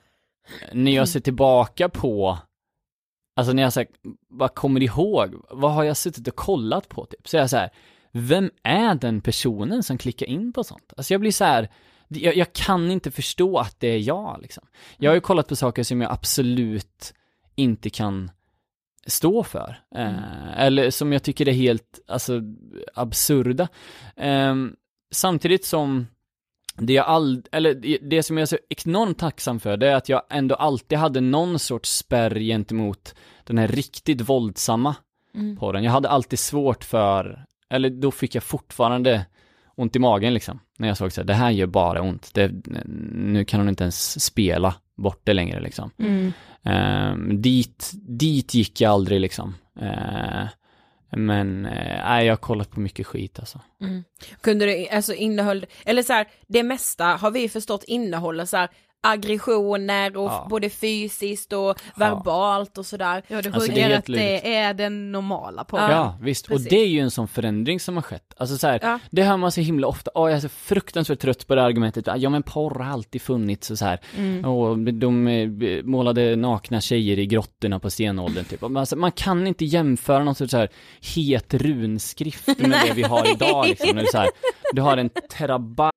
när jag ser tillbaka på, alltså när jag så här, bara kommer ihåg, vad har jag suttit och kollat på typ, så är jag så här, vem är den personen som klickar in på sånt? Alltså jag blir så här, jag, jag kan inte förstå att det är jag liksom. Jag har ju kollat på saker som jag absolut inte kan stå för. Mm. Eh, eller som jag tycker är helt alltså, absurda. Eh, samtidigt som det, jag all, eller det som jag är så enormt tacksam för, det är att jag ändå alltid hade någon sorts spärr gentemot den här riktigt våldsamma mm. porren. Jag hade alltid svårt för, eller då fick jag fortfarande ont i magen liksom. När jag såg så här, det här gör bara ont. Det, nu kan hon inte ens spela bort det längre liksom. Mm. Uh, dit, dit gick jag aldrig liksom. Uh, men nej, uh, jag har kollat på mycket skit alltså.
Mm. Kunde det, alltså innehåll, eller så här, det mesta har vi förstått innehåller så här aggressioner och ja. både fysiskt och verbalt och sådär.
Ja, det sjuka alltså, är att det är den normala på.
Ja, ja visst. Precis. Och det är ju en sån förändring som har skett. Alltså så här, ja. det hör man så himla ofta. Åh, jag är så fruktansvärt trött på det argumentet. Ja, men porr har alltid funnits och så här. Mm. Och de målade nakna tjejer i grottorna på stenåldern typ. Alltså, man kan inte jämföra något så här het runskrift med det vi har idag liksom. Det är så här, du har en terabyte.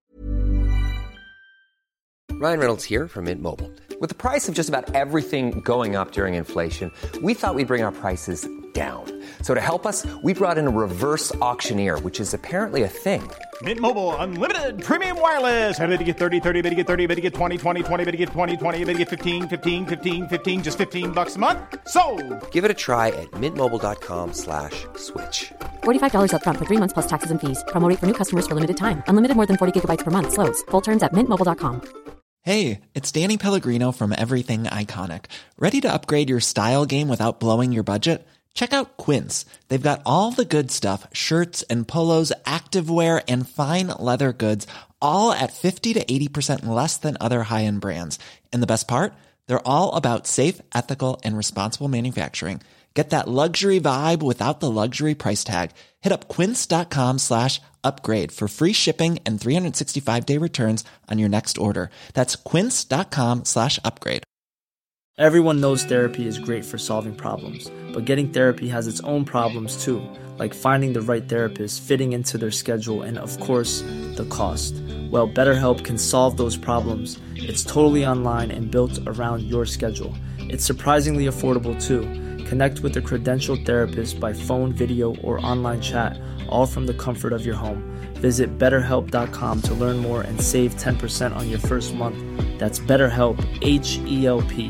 Ryan Reynolds here from Mint Mobile. With the price of just about everything going up during inflation, we thought we'd bring our prices down. So to help us, we brought in a reverse auctioneer, which is apparently a thing.
Mint Mobile Unlimited Premium Wireless. How to get thirty, thirty, how to get thirty, how to get twenty, twenty, twenty, how to get twenty, twenty, how to get fifteen, fifteen, fifteen, fifteen, just fifteen bucks a month? Sold!
Give it a try at mintmobile.com slash switch.
forty-five dollars up front for three months plus taxes and fees. Promo rate for new customers for limited time. Unlimited more than forty gigabytes per month. Slows full terms at mint mobile dot com.
Hey, it's Danny Pellegrino from Everything Iconic. Ready to upgrade your style game without blowing your budget? Check out Quince. They've got all the good stuff, shirts and polos, activewear and fine leather goods, all at fifty to eighty percent less than other high-end brands. And the best part? They're all about safe, ethical and responsible manufacturing. Get that luxury vibe without the luxury price tag. Hit up quince.com slash upgrade for free shipping and three sixty-five day returns on your next order. That's quince.com slash upgrade.
Everyone knows therapy is great for solving problems, but getting therapy has its own problems too, like finding the right therapist, fitting into their schedule, and of course, the cost. Well, BetterHelp can solve those problems. It's totally online and built around your schedule. It's surprisingly affordable too. Connect with a credentialed therapist by phone, video, or online chat, all from the comfort of your home. Visit better help dot com to learn more and save ten percent on your first month. That's BetterHelp, H E L P.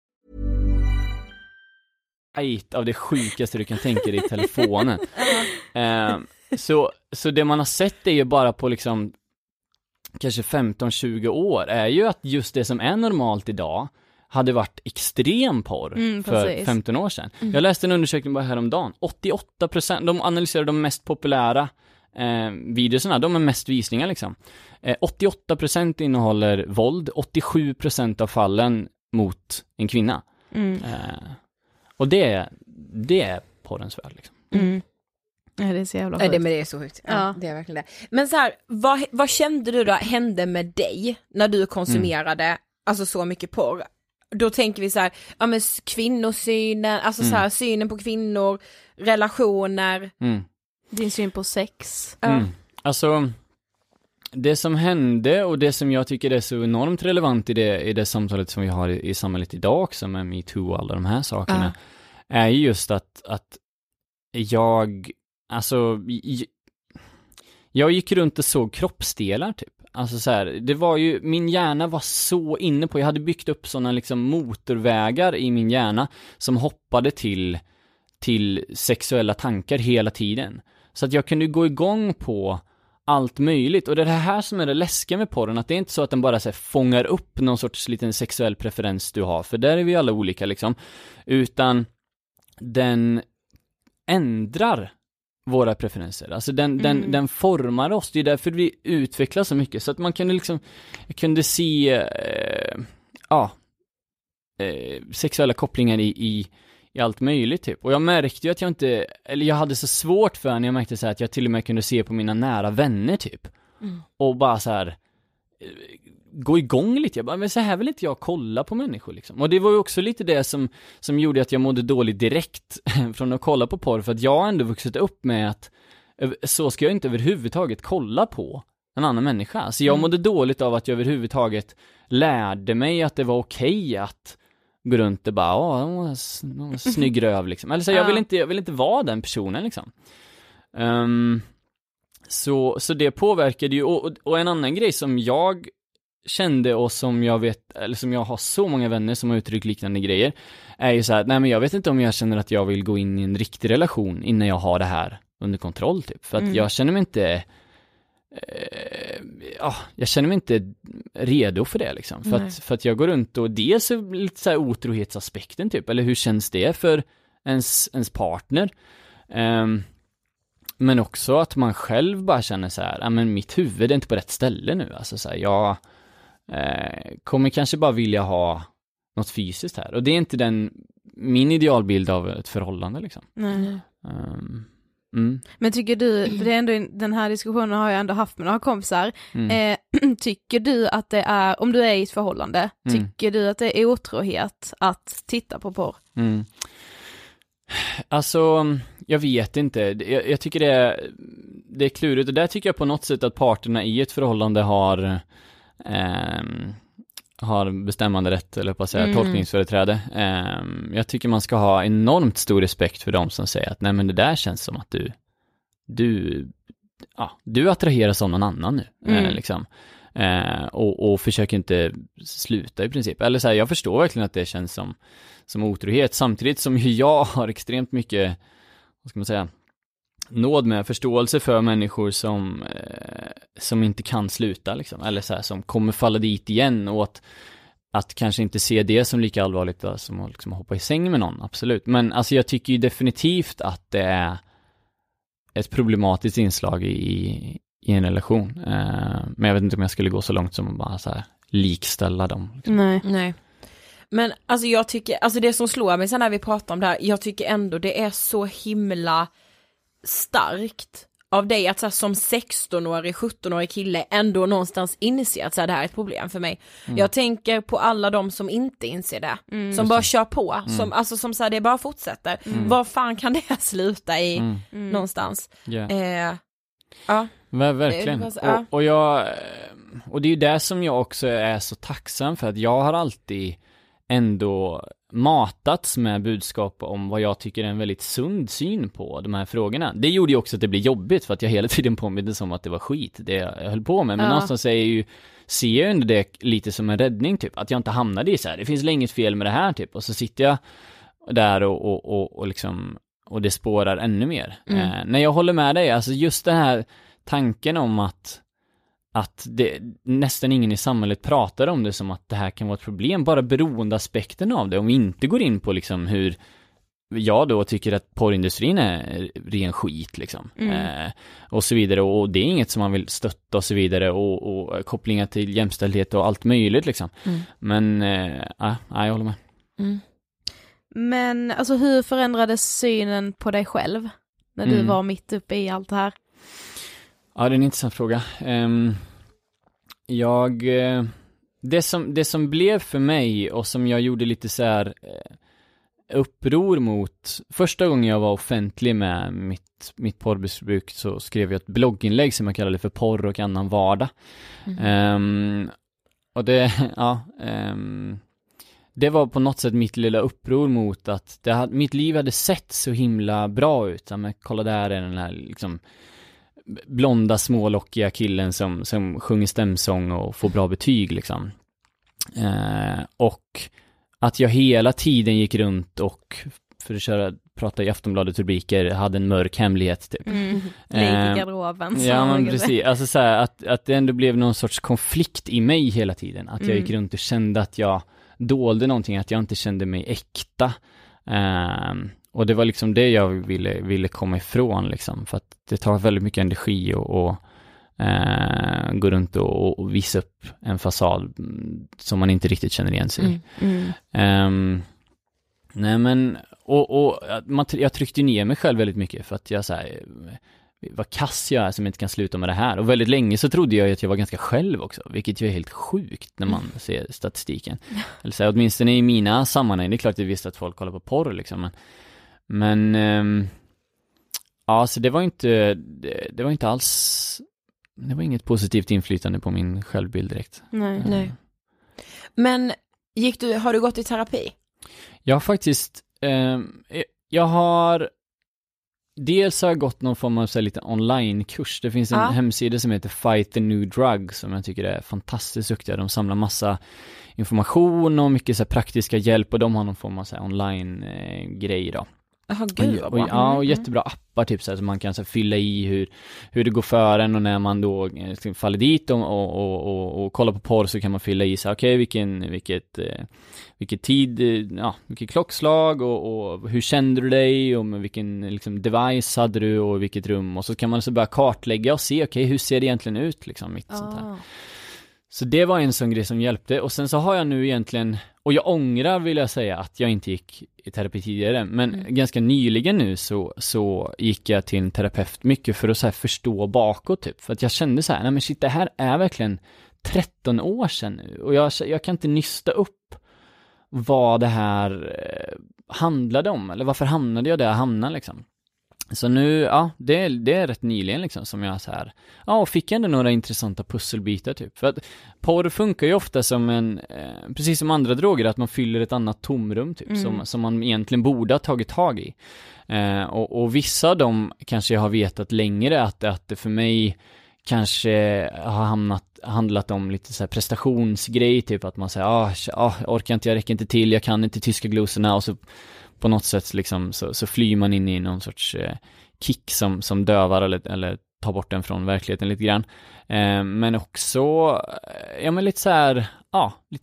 Av det sjukaste du kan tänka dig i telefonen. uh, så, så det man har sett är ju bara på liksom kanske femton tjugo år är ju att just det som är normalt idag hade varit extrem porr mm, för femton år sedan. Mm. Jag läste en undersökning bara häromdagen. åttioåtta procent, de analyserar de mest populära eh, videorna, de är mest visningar liksom. Eh, åttioåtta procent innehåller våld, åttiosju procent av fallen mot en kvinna. Mm. Eh, och det, det är porrens värld liksom.
Mm. Ja, det är så jävla sjukt.
Ja, det, men det är så sjukt. Ja, ja. Det är verkligen det. Men så här, vad, vad kände du då hände med dig när du konsumerade mm. alltså så mycket porr? Då tänker vi så här, ja men kvinnosynen, alltså mm. så här, synen på kvinnor, relationer.
Mm. Din syn på sex.
Mm. Alltså, det som hände och det som jag tycker är så enormt relevant i det, i det samtalet som vi har i, i samhället idag också med MeToo och alla de här sakerna ja. är just att, att jag, alltså jag, jag gick runt och såg kroppsdelar typ. Alltså så här, det var ju, min hjärna var så inne på, jag hade byggt upp sådana liksom motorvägar i min hjärna som hoppade till, till sexuella tankar hela tiden. Så att jag kunde gå igång på allt möjligt. Och det är det här som är det läskiga med porren, att det är inte så att den bara så här, fångar upp någon sorts liten sexuell preferens du har, för där är vi alla olika liksom. Utan den ändrar våra preferenser. Alltså den, mm. den, den formar oss. Det är därför vi utvecklar så mycket. Så att man kunde liksom, jag kunde se eh, ja, eh, sexuella kopplingar i, i, i allt möjligt typ. Och jag märkte ju att jag inte, eller jag hade så svårt för när jag märkte så här att jag till och med kunde se på mina nära vänner typ. Mm. Och bara så här eh, gå igång lite. Jag bara, men så här vill inte jag kolla på människor liksom. Och det var ju också lite det som, som gjorde att jag mådde dåligt direkt från att kolla på porr. För att jag ändå vuxit upp med att så ska jag inte överhuvudtaget kolla på en annan människa. Alltså jag mådde mm. dåligt av att jag överhuvudtaget lärde mig att det var okej att gå runt och bara, åh, hon var snygg röv liksom. Eller så jag vill inte, jag vill inte vara den personen liksom. Um, så, så det påverkade ju, och, och en annan grej som jag kände och som jag vet, eller som jag har så många vänner som har uttryckt liknande grejer, är ju så här, nej men jag vet inte om jag känner att jag vill gå in i en riktig relation innan jag har det här under kontroll typ. För att mm. jag känner mig inte eh, ja, jag känner mig inte redo för det liksom. För att, för att jag går runt och dels är lite så här otrohetsaspekten typ, eller hur känns det för ens, ens partner? Um, men också att man själv bara känner så här, ja men mitt huvud är inte på rätt ställe nu. Alltså så här, jag eh, kommer kanske bara vilja ha något fysiskt här. Och det är inte den, min idealbild av ett förhållande liksom.
Nej.
Um, mm.
Men tycker du, för det är ändå, den här diskussionen har jag ändå haft med några kompisar. Mm. Eh, tycker du att det är, om du är i ett förhållande, mm. tycker du att det är otrohet att titta på porr? Mm.
Alltså, jag vet inte. Jag, jag tycker det är, det är klurigt. Och där tycker jag på något sätt att parterna i ett förhållande har eh, har bestämmande rätt, eller på att säga mm. tolkningsföreträde. Eh, jag tycker man ska ha enormt stor respekt för dem som säger att nej men det där känns som att du du, ja, du attraheras av någon annan nu. Mm. Eh, liksom. Eh, och, och försöker inte sluta i princip. Eller så här, jag förstår verkligen att det känns som som otrohet, samtidigt som jag har extremt mycket, vad ska man säga, nåd med förståelse för människor som eh, som inte kan sluta liksom, eller så här, som kommer falla dit igen, och att, att kanske inte se det som lika allvarligt då, som att liksom hoppa i säng med någon, absolut. Men alltså jag tycker ju definitivt att det är ett problematiskt inslag i, i en relation. Eh, men jag vet inte om jag skulle gå så långt som att bara så här likställa dem. Liksom.
Nej.
Nej. Men alltså jag tycker, alltså det som slår mig sen när vi pratar om det här, jag tycker ändå det är så himla starkt av dig att så här, som sexton-årig, sjutton-årig kille ändå någonstans inser att så här, det här är ett problem för mig. Mm. Jag tänker på alla de som inte inser det, mm. som bara kör på, mm. som, alltså som så här, det bara fortsätter. Mm. Var fan kan det sluta i mm. någonstans?
Yeah.
Eh, ja.
Ver- verkligen.
Det, det,
och, och jag och det är ju det som jag också är så tacksam för, att jag har alltid ändå matats med budskap om vad jag tycker är en väldigt sund syn på de här frågorna. Det gjorde ju också att det blir jobbigt, för att jag hela tiden påminner som att det var skit det jag höll på med. Men ja. någonstans är ju, ser jag ändå det lite som en räddning typ, att jag inte hamnade i så här, det finns inget fel med det här typ, och så sitter jag där och, och, och, och liksom, och det spårar ännu mer. Mm. Eh, när jag håller med dig, alltså just den här tanken om att att det, nästan ingen i samhället pratar om det som att det här kan vara ett problem, bara beroende aspekten av det. Om vi inte går in på liksom hur jag då tycker att porrindustrin är ren skit liksom. Mm. Eh, och så vidare, och det är inget som man vill stötta och så vidare, och, och kopplingar till jämställdhet och allt möjligt liksom. Mm. Men eh, ja, jag håller med.
Mm. Men alltså hur förändrades synen på dig själv när du mm. var mitt uppe i allt det här?
Ja, det är en intressant fråga. Um, jag, uh, det, som, det som blev för mig, och som jag gjorde lite så här, uh, uppror mot, första gången jag var offentlig med mitt, mitt porrmissbruk så skrev jag ett blogginlägg som jag kallade för porr och annan vardag. Mm. Um, och det, ja, um, det var på något sätt mitt lilla uppror mot att det hade, mitt liv hade sett så himla bra ut. Men kolla, där är den här liksom blonda smålockiga killen som, som sjunger stämsång och får bra betyg liksom. Uh, och att jag hela tiden gick runt och, för att köra, prata i Aftonbladet rubriker, hade en mörk hemlighet typ.
Mm. Lek i garderoben.
Ja, men precis. Alltså så här, att, att det ändå blev någon sorts konflikt i mig hela tiden. Att jag
Mm.
gick runt och kände att jag dolde någonting, att jag inte kände mig äkta. Um, och det var liksom det jag ville, ville komma ifrån liksom. För att det tar väldigt mycket energi och, och uh, gå runt och, och visa upp en fasad som man inte riktigt känner igen sig i.
Mm. Mm.
Um, nej men och, och man, jag tryckte ner mig själv väldigt mycket för att jag så här, vad kass jag är som inte kan sluta med det här. Och väldigt länge så trodde jag att jag var ganska själv också, vilket ju är helt sjukt när man ser statistiken. Eller så här, åtminstone i mina sammanhang. Det är klart att jag visste att folk kollar på porr liksom, men, men um, ja, så det var inte det, det var inte alls, det var inget positivt inflytande på min självbild direkt.
Nej.
Nej. Men gick du, har du gått i terapi?
Jag har faktiskt eh, jag har dels har jag gått någon form av så här, lite online-kurs. Det finns en
Ja.
hemsida som heter Fight the New Drug som jag tycker är fantastiskt duktiga. De samlar massa information och mycket så här, praktiska hjälp, och de har någon form av så här, online-grej då.
Jaha, gud vad
Och,
bra.
och, ja, och jättebra appar typ så här, så man kan så här, fylla i hur, hur det går för en, och när man då eh, faller dit och, och, och, och, och kollar på porr så kan man fylla i så här, okej, okay, vilken vilket eh, vilket tid, eh, ja, vilket klockslag och, och hur kände du dig och med vilken liksom device hade du och vilket rum, och så kan man så börja kartlägga och se okej, okay, hur ser det egentligen ut liksom mitt
Ah.
sånt här. Så det var en sån grej som hjälpte. Och sen så har jag nu egentligen, och jag ångrar vill jag säga att jag inte gick i terapi tidigare, men
Mm.
ganska nyligen nu så, så gick jag till en terapeut mycket för att så här förstå bakåt typ. För att jag kände så här, nej men shit, det här är verkligen tretton år sedan nu. Och jag, jag kan inte nysta upp vad det här eh, handlade om, eller varför hamnade jag där jag hamnade liksom. Så nu, ja, det, det är rätt nyligen liksom som jag så här, ja, fick ändå några intressanta pusselbitar typ. För att porr funkar ju ofta som en, eh, precis som andra droger, att man fyller ett annat tomrum typ,
Mm.
som, som man egentligen borde ha tagit tag i. Eh, och, och vissa av dem kanske jag har vetat längre att, att det för mig kanske har hamnat, handlat om lite så här prestationsgrej typ, att man säger, ah, ah, jag orkar inte, jag räcker inte till, jag kan inte tyska glosorna, och så på något sätt liksom, så, så flyr man in i någon sorts eh, kick som, som dövar eller, eller tar bort den från verkligheten lite grann. Eh, men också, eh, ja men lite så här, ja, lite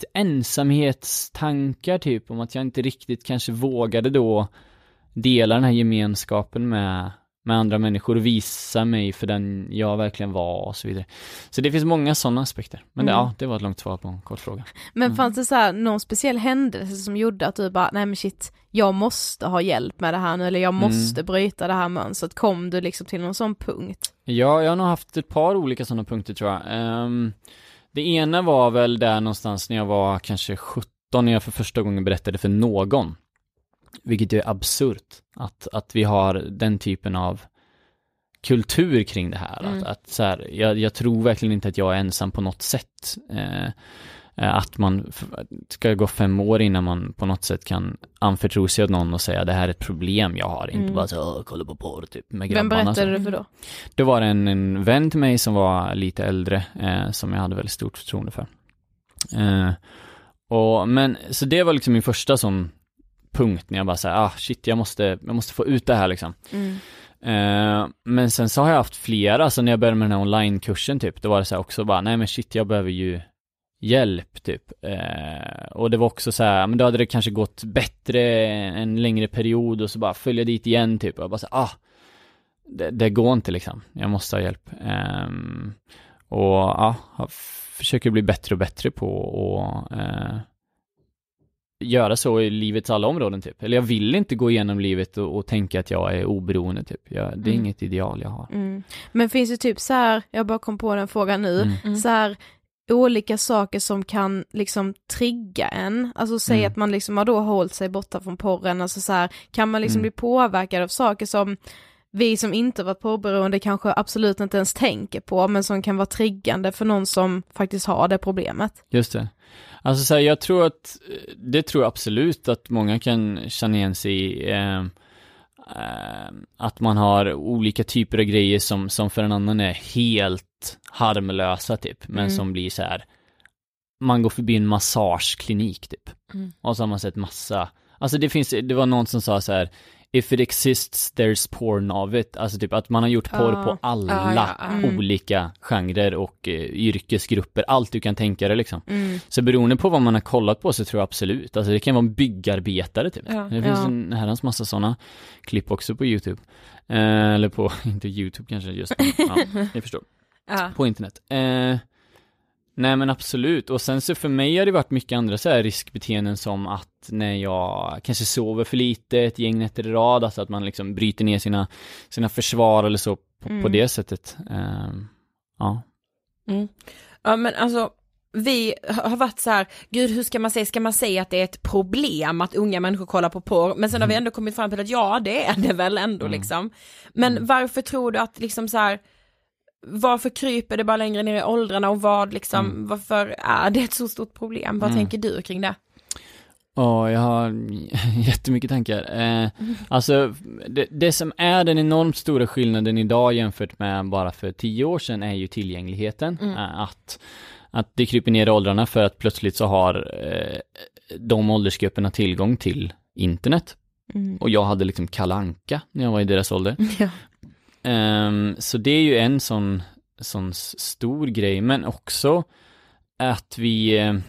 ensamhetstankar typ, om att jag inte riktigt kanske vågade då dela den här gemenskapen med, med andra människor och visa mig för den jag verkligen var och så vidare. Så det finns många sådana aspekter. Men det,
Mm.
ja, det var ett långt svar på en kort fråga.
Men
Mm.
fanns det så här någon speciell händelse som gjorde att du bara, nej men shit, jag måste ha hjälp med det här nu, eller jag måste
Mm.
bryta det här mönstret? Kom du liksom till någon sån punkt?
Ja, jag har nog haft ett par olika sådana punkter tror jag. Um, det ena var väl där någonstans när jag var kanske sjutton, när jag för första gången berättade för någon. Vilket är absurt. Att, att vi har den typen av kultur kring det här.
Mm.
Att, att så här, jag, jag tror verkligen inte att jag är ensam på något sätt. Eh, att man ska gå fem år innan man på något sätt kan anförtro sig åt någon och säga det här är ett problem jag har. Inte
Mm.
bara så, kolla på porr typ med
Vem
grabbarna.
berättade
så.
du för då?
Det var en, en vän till mig som var lite äldre, eh, som jag hade väldigt stort förtroende för. Eh, och, men, så det var liksom min första sån punkt när jag bara säger, ah shit, jag måste, jag måste få ut det här liksom.
Mm.
Eh, men sen så har jag haft flera, så när jag började med den här online-kursen typ, då var det så här också bara, nej men shit, jag behöver ju hjälp typ. Eh, och det var också så här, men då hade det kanske gått bättre en längre period, och så bara följa dit igen typ, och jag bara så här, ah det, det går inte liksom, jag måste ha hjälp. Eh, och ja, jag försöker bli bättre och bättre på och eh, göra så i livets alla områden typ. Eller jag vill inte gå igenom livet och, och tänka att jag är oberoende typ. Jag, det är
Mm.
inget ideal jag har.
Mm. Men finns det typ så här, jag bara kom på den frågan nu,
Mm.
så här, olika saker som kan liksom trigga en. Alltså säg
Mm.
att man liksom har då hållit sig borta från porren. Alltså så här, kan man liksom
Mm.
bli påverkad av saker som vi som inte varit porrberoende kanske absolut inte ens tänker på, men som kan vara triggande för någon som faktiskt har det problemet.
Just det. Alltså så här, jag tror att, det tror jag absolut att många kan känna igen sig i. Eh, eh, att man har olika typer av grejer som, som för en annan är helt harmlösa typ, men
Mm.
som blir så här, man går förbi en massageklinik typ.
Mm.
Och så har man sett massa, alltså det finns, det var någon som sa så här: if it exists, there's porn of it. Alltså typ att man har gjort porr
Ja.
på alla
Ja, ja, ja.
Mm.
olika genrer och eh, yrkesgrupper, allt du kan tänka dig liksom.
Mm.
Så beroende på vad man har kollat på så tror jag absolut, alltså det kan vara en byggarbetare typ.
Ja.
Det finns
Ja.
en herrans massa sådana klipp också på YouTube. Eh, eller på, inte YouTube kanske just, men, ja, ni förstår.
Ja.
På internet. Eh, nej men absolut. Och sen så för mig har det varit mycket andra så här riskbeteenden, som att när jag kanske sover för lite ett gäng nätter i rad, alltså att man liksom bryter ner sina, sina försvar eller så på,
Mm.
på det sättet. Eh, ja.
Mm. Ja men alltså vi har varit så här, gud hur ska man säga, ska man säga att det är ett problem att unga människor kollar på porr, men sen har vi ändå kommit fram till att ja det är det väl ändå
Mm.
liksom. Men varför tror du att liksom så här, varför kryper det bara längre ner i åldrarna och vad liksom,
Mm.
varför är det ett så stort problem? Vad
Mm.
tänker du kring det?
Ja, jag har jättemycket tankar. Eh, alltså, det, det som är den enormt stora skillnaden idag jämfört med bara för tio år sedan är ju tillgängligheten.
Mm.
Eh, att, att det kryper ner i åldrarna för att plötsligt så har eh, de åldersgrupperna tillgång till internet.
Mm.
Och jag hade liksom Kalle Anka när jag var i deras ålder.
Ja.
Um, så det är ju en sån, sån s- stor grej, men också att vi eh,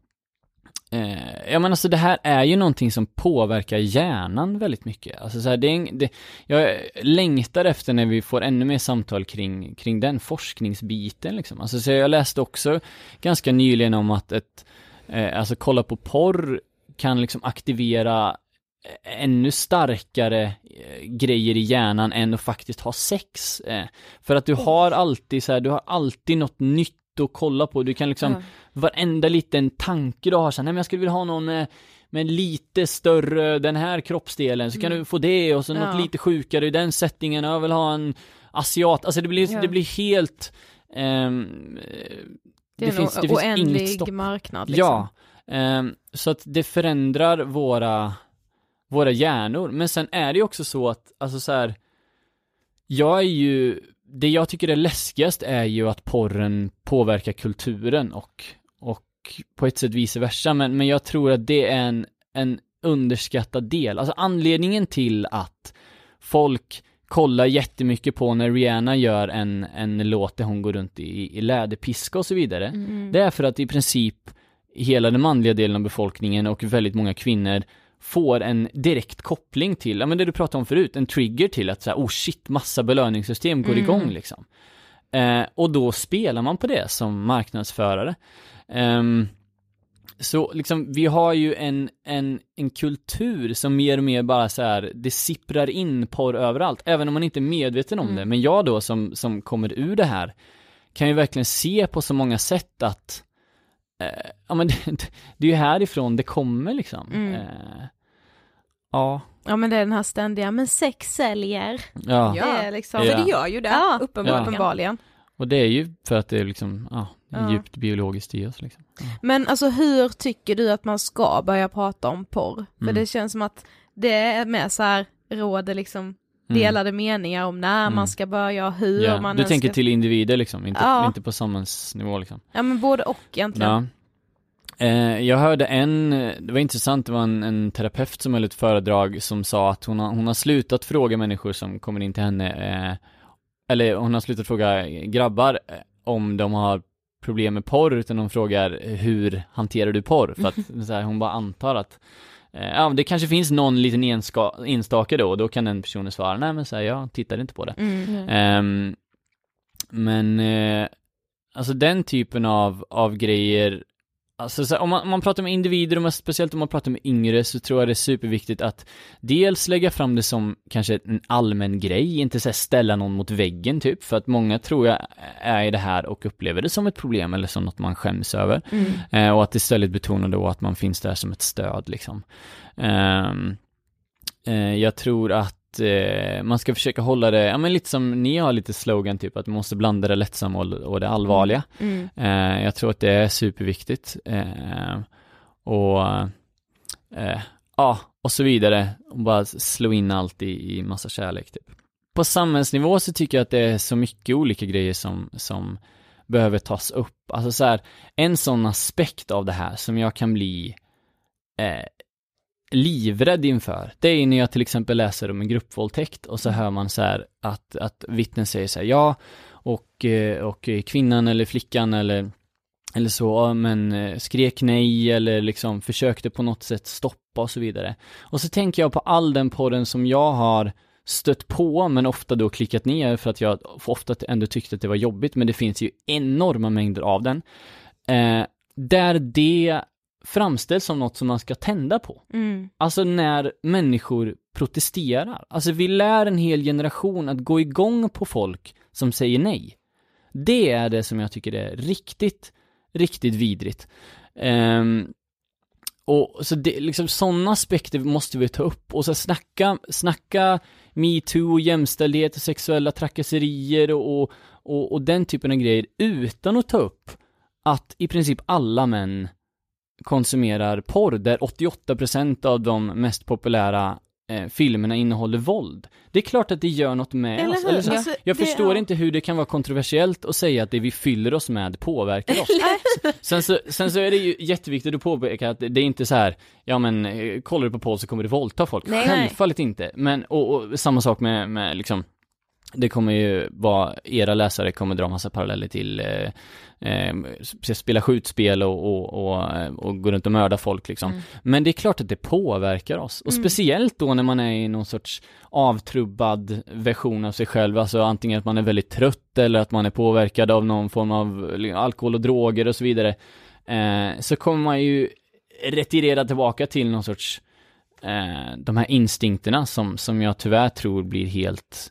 eh, ja men alltså det här är ju någonting som påverkar hjärnan väldigt mycket. Alltså så här, det är en, det, jag längtar efter när vi får ännu mer samtal kring, kring den forskningsbiten liksom. Alltså så jag läste också ganska nyligen om att ett, eh, alltså kolla på porr kan liksom aktivera ännu starkare eh, grejer i hjärnan än att faktiskt ha sex. Eh, för att du har alltid så här, du har alltid något nytt att kolla på. Du kan liksom,
Ja.
varenda liten tanke du har så här, nej men jag skulle vilja ha någon eh, med lite större, den här kroppsdelen, så kan
Mm.
du få det, och så
Ja.
något lite sjukare i den settingen, jag vill ha en asiat. Alltså det blir,
Ja.
det blir helt ehm,
Det är en
finns,
o-
det finns inget
oändlig
stopp.
marknad liksom.
Ja, ehm, så att det förändrar våra våra hjärnor. Men sen är det ju också så att, alltså så här, jag är ju, det jag tycker är läskigast är ju att porren påverkar kulturen och, och på ett sätt vice versa, men, men jag tror att det är en, en underskattad del. Alltså anledningen till att folk kollar jättemycket på när Rihanna gör en, en låt där hon går runt i, i läderpiska och så vidare,
Mm.
det är för att i princip hela den manliga delen av befolkningen och väldigt många kvinnor får en direkt koppling till, ja men det du pratade om förut, en trigger till att så här, oh shit, massa belöningssystem går
Mm.
igång liksom. Eh, och då spelar man på det som marknadsförare. Ehm, så liksom, vi har ju en, en, en kultur som mer och mer bara så här, det sipprar in porr överallt, även om man inte är medveten om
Mm.
det. Men jag då som, som kommer ur det här kan ju verkligen se på så många sätt att eh, ja men det, det är ju härifrån det kommer liksom.
Mm.
Eh, ja.
Ja men det är den här ständiga, men sex säljer.
Ja.
Det är liksom,
Ja.
För det gör ju det,
Ja,
uppenbarligen.
uppenbarligen.
Och det är ju för att det är liksom, ja,
Ja.
djupt biologiskt i oss liksom.
Men alltså hur tycker du att man ska börja prata om porr? För
Mm.
det känns som att det är med så här råder liksom delade meningar om när
Mm.
man ska börja och hur
Ja,
man
du
ens
tänker
ska...
till individer liksom, inte,
Ja.
inte på samhällsnivå liksom.
Ja men både och egentligen.
Ja. Eh, jag hörde en, det var intressant, det var en, en terapeut som höll ett föredrag som sa att hon har, hon har slutat fråga människor som kommer in till henne, eh, eller hon har slutat fråga grabbar eh, om de har problem med porr, utan de frågar hur hanterar du porr? För att så här, hon bara antar att eh, ja, det kanske finns någon liten enska, enstaka då, och då kan den personen svara, nej men så här, jag tittar inte på det.
Mm.
Ehm, men eh, alltså den typen av, av grejer Alltså, så här, om, man, om man pratar med individer och speciellt om man pratar med yngre, så tror jag det är superviktigt att dels lägga fram det som kanske en allmän grej, inte så här ställa någon mot väggen typ, för att många tror jag är i det här och upplever det som ett problem eller som något man skäms över. Mm. Eh, och att istället betona då att man finns där som ett stöd liksom. Eh, eh, jag tror att man ska försöka hålla det, ja men lite som ni har lite slogan typ, att man måste blanda det lättsamma och, och det allvarliga. Mm. Eh, jag tror att det är superviktigt. Eh, och eh, ja, och så vidare. Och bara slå in allt i, i massa kärlek typ. På samhällsnivå så tycker jag att det är så mycket olika grejer som, som behöver tas upp. Alltså så här, en sån aspekt av det här som jag kan bli eh, livrädd inför, det är när jag till exempel läser om en gruppvåldtäkt och så hör man så här att, att vittnen säger så här, ja och, och kvinnan eller flickan eller, eller så, men skrek nej eller liksom försökte på något sätt stoppa och så vidare. Och så tänker jag på all den podden som jag har stött på men ofta då klickat ner för att jag ofta ändå tyckte att det var jobbigt, men det finns ju enorma mängder av den. Eh, där det framställs som något som man ska tända på. Mm. Alltså när människor protesterar. Alltså vi lär en hel generation att gå igång på folk som säger nej. Det är det som jag tycker är riktigt, riktigt vidrigt. Um, och så det, liksom sådana aspekter måste vi ta upp. Och så snacka, snacka MeToo, jämställdhet och sexuella trakasserier och, och, och, och den typen av grejer utan att ta upp att i princip alla män konsumerar porr, där åttioåtta procent av de mest populära eh, filmerna innehåller våld. Det är klart att det gör något med
Eller
oss.
hur?
Eller så,
Alltså,
jag
det,
förstår
ja.
inte hur det kan vara kontroversiellt att säga att det vi fyller oss med påverkar oss. sen, så, sen så är det ju jätteviktigt att påpeka att det är inte så här, ja men eh, kollar du på porr så kommer du våldta folk. Nej. Självfallet inte. Men, och, och samma sak med, med liksom, det kommer ju vara, era läsare kommer dra massa paralleller till eh, eh, spela skjutspel och, och, och, och gå runt och mörda folk liksom. Mm. Men det är klart att det påverkar oss. Och mm. speciellt då när man är i någon sorts avtrubbad version av sig själv. Alltså antingen att man är väldigt trött eller att man är påverkad av någon form av alkohol och droger och så vidare. Eh, så kommer man ju retirera tillbaka till någon sorts eh, de här instinkterna som, som jag tyvärr tror blir helt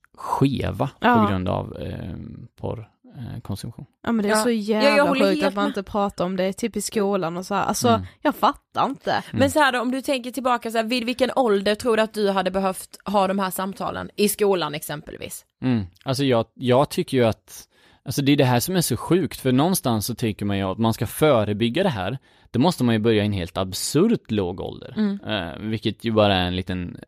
skeva ja. på grund av eh, porrkonsumtion. Eh,
ja men det är ja. så jävla ja, sjukt att man med. inte pratar om det typ i skolan och så här. Alltså mm. jag fattar inte. Mm.
Men så här då, om du tänker tillbaka så här, vid vilken ålder tror du att du hade behövt ha de här samtalen i skolan exempelvis?
Mm. Alltså jag, jag tycker ju att alltså det är det här som är så sjukt, för någonstans så tycker man ju att man ska förebygga det här. Då måste man ju börja i en helt absurt låg ålder. Mm. Eh, vilket ju bara är en liten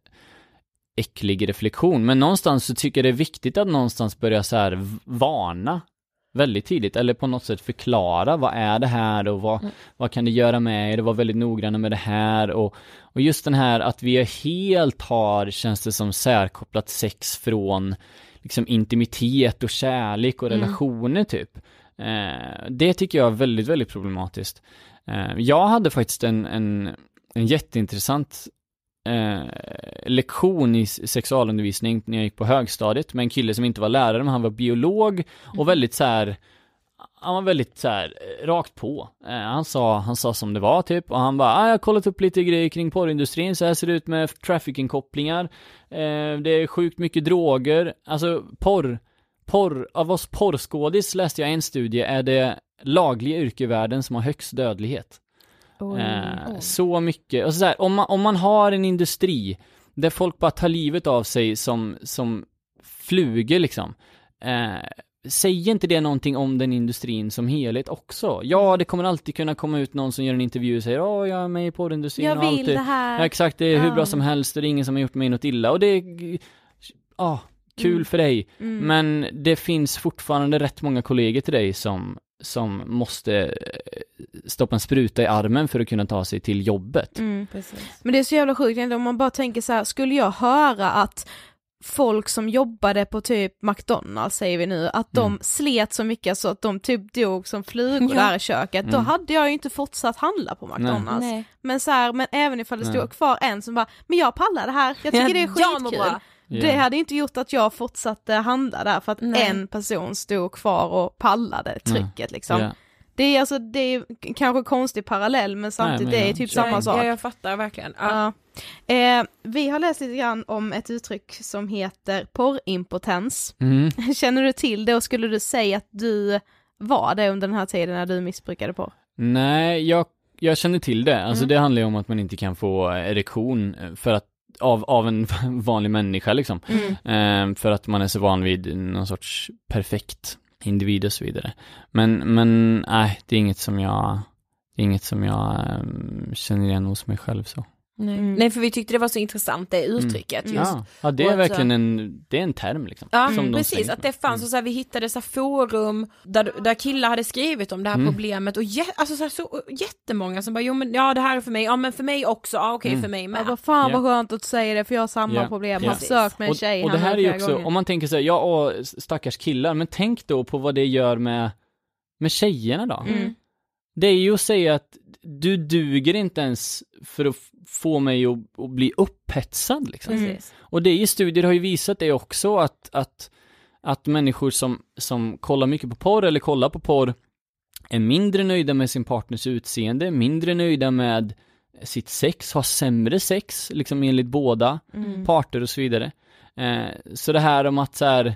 äcklig reflektion, men någonstans så tycker jag det är viktigt att någonstans börja så här varna väldigt tidigt, eller på något sätt förklara vad är det här och vad, mm. vad kan det göra med er, det var väldigt noggranna med det här och, och just den här att vi helt har, känns det som, särkopplat sex från liksom intimitet och kärlek och mm. relationer typ. Eh, det tycker jag är väldigt, väldigt problematiskt. Eh, jag hade faktiskt en, en, en jätteintressant Eh, lektion i sexualundervisning när jag gick på högstadiet med en kille som inte var lärare, men han var biolog och väldigt så här, han var väldigt så här rakt på. Eh, han sa han sa som det var typ, och han bara ah, jag har kollat upp lite grejer kring porrindustrin, så här ser det ut med trafficking-kopplingar. Eh, det är sjukt mycket droger. Alltså porr porr av oss porrskådis, läste jag en studie, är det lagliga yrkevärlden som har högst dödlighet. Oh, eh, oh. Så mycket och så här, om, man, om man har en industri där folk bara tar livet av sig som, som flugor liksom, eh, säger inte det någonting om den industrin som helhet också? Ja, det kommer alltid kunna komma ut någon som gör en intervju och säger åh, jag är med på industrin.
Jag
och
vill
alltid.
det här.
Ja, exakt, det är hur
ja.
bra som helst och det är ingen som har gjort mig något illa och det är ah, kul mm. för dig. Mm. Men det finns fortfarande rätt många kollegor till dig som som måste stoppa en spruta i armen för att kunna ta sig till jobbet.
Mm, precis. Men det är så jävla sjukt om man bara tänker så här, skulle jag höra att folk som jobbade på typ McDonald's, säger vi nu, att de mm. slet så mycket så att de typ dog som flugor ja. där i köket, mm. då hade jag ju inte fortsatt handla på McDonald's. Nej. Men så här, men även ifall det stod Nej. kvar en som bara, men jag pallar det här, jag tycker ja, det är skitkul. Yeah. Det hade inte gjort att jag fortsatte handla där för att Nej. en person stod kvar och pallade trycket liksom. Yeah. Det är alltså, det är kanske konstig parallell, men samtidigt Nej, men det är typ samma sak.
Ja, jag fattar verkligen. Ja.
Ja. Eh, vi har läst lite grann om ett uttryck som heter porrimpotens.
Mm.
Känner du till det och skulle du säga att du var det under den här tiden när du missbrukade porr?
Nej, jag, jag känner till det. Alltså
Mm.
det handlar ju om att man inte kan få erektion för att, av, av en vanlig människa liksom.
Mm.
Eh, för att man är så van vid någon sorts perfekt individ och så vidare. Men, men nej, det är inget som jag det är inget som jag um, känner igen hos mig själv så.
Nej. Mm. Nej, för vi tyckte det var så intressant det uttrycket.
Mm.
Just.
Ja. ja, det är verkligen en, det är en term liksom.
Ja,
som
precis.
de
att det fanns och så här, vi hittade så här forum där, där killar hade skrivit om det här
Mm.
problemet och jä, alltså så, här, så jättemånga som bara, jo men ja det här är för mig, ja men för mig också, ja okej
Mm.
för mig med.
Ja, vad fan
Ja.
vad skönt att säga det, för jag har samma
Ja.
problem.
Ja.
Har försökt med en tjej.
Och, och det här är ju
flera
också,
gånger.
om man tänker så här, ja åh, stackars killar, men tänk då på vad det gör med, med tjejerna då.
Mm.
Det är ju att säga att du duger inte ens för att f- få mig att, att bli upphetsad liksom.
Mm.
Och det i studier har ju visat det också att, att, att människor som, som kollar mycket på porr eller kollar på porr är mindre nöjda med sin partners utseende, mindre nöjda med sitt sex, har sämre sex liksom enligt båda
Mm.
parter och så vidare. Eh, så det här om att så här,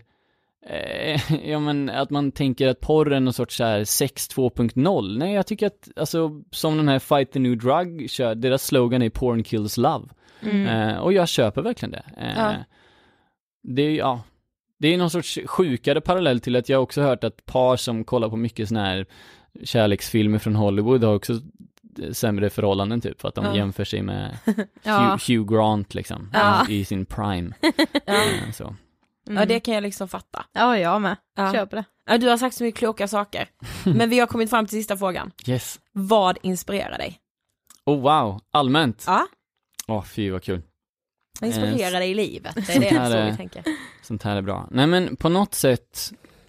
eh, ja men att man tänker att porr är någon sorts så här sex två punkt noll. Nej, jag tycker att alltså som de här Fight the New Drug kör, deras slogan är porn kills love.
Mm.
Eh, och jag köper verkligen det. Eh,
Ja.
Det är ja, det är någon sorts sjukare parallell till att jag också hört att par som kollar på mycket såna här kärleksfilmer från Hollywood har också sämre förhållanden typ för att de
Ja.
jämför sig med
Ja.
Hugh, Hugh Grant liksom
Ja.
i, i sin prime.
Ja.
Eh, så.
Ja, det kan jag liksom fatta.
Ja, jag med.
Ja.
Köper det.
Ja, du har sagt så mycket kloka saker. Men vi har kommit fram till sista frågan.
Yes.
Vad inspirerar dig?
Oh wow, allmänt.
Ja,
Åh fy vad kul.
vad inspirerar
Eh,
dig i livet? Det är
sånt
det
här
så
är-
vi tänker.
Sånt här är bra. Nej men på något sätt,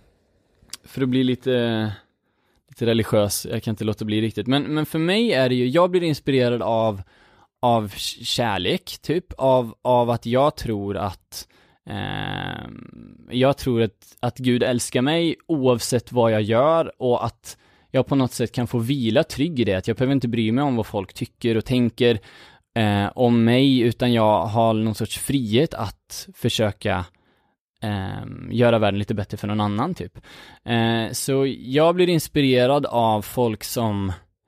för att bli lite, lite religiös, jag kan inte låta bli riktigt, men, men för mig är det ju, jag blir inspirerad av, av kärlek, typ, av, av att jag tror att eh, jag tror att, att Gud älskar mig oavsett vad jag gör och att jag på något sätt kan få vila trygg i det, att jag behöver inte bry mig om vad folk tycker och tänker eh, om mig, utan jag har någon sorts frihet att försöka eh, göra världen lite bättre för någon annan typ. Eh, så jag blir inspirerad av folk som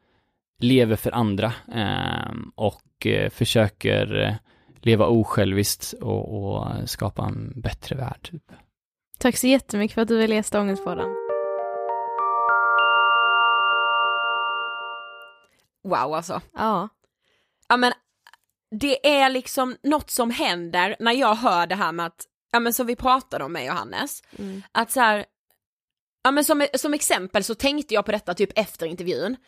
lever för andra eh, och eh, försöker eh, leva osjälviskt och, och skapa en bättre värld typ.
Tack så jättemycket för att du vill läsa Ångestpodden.
Wow alltså.
Ja.
Ja men det är liksom något som händer när jag hör det här med att, ja men som vi pratade om med Johannes,
Mm.
att så här, ja men som, som exempel så tänkte jag på detta typ efter intervjun.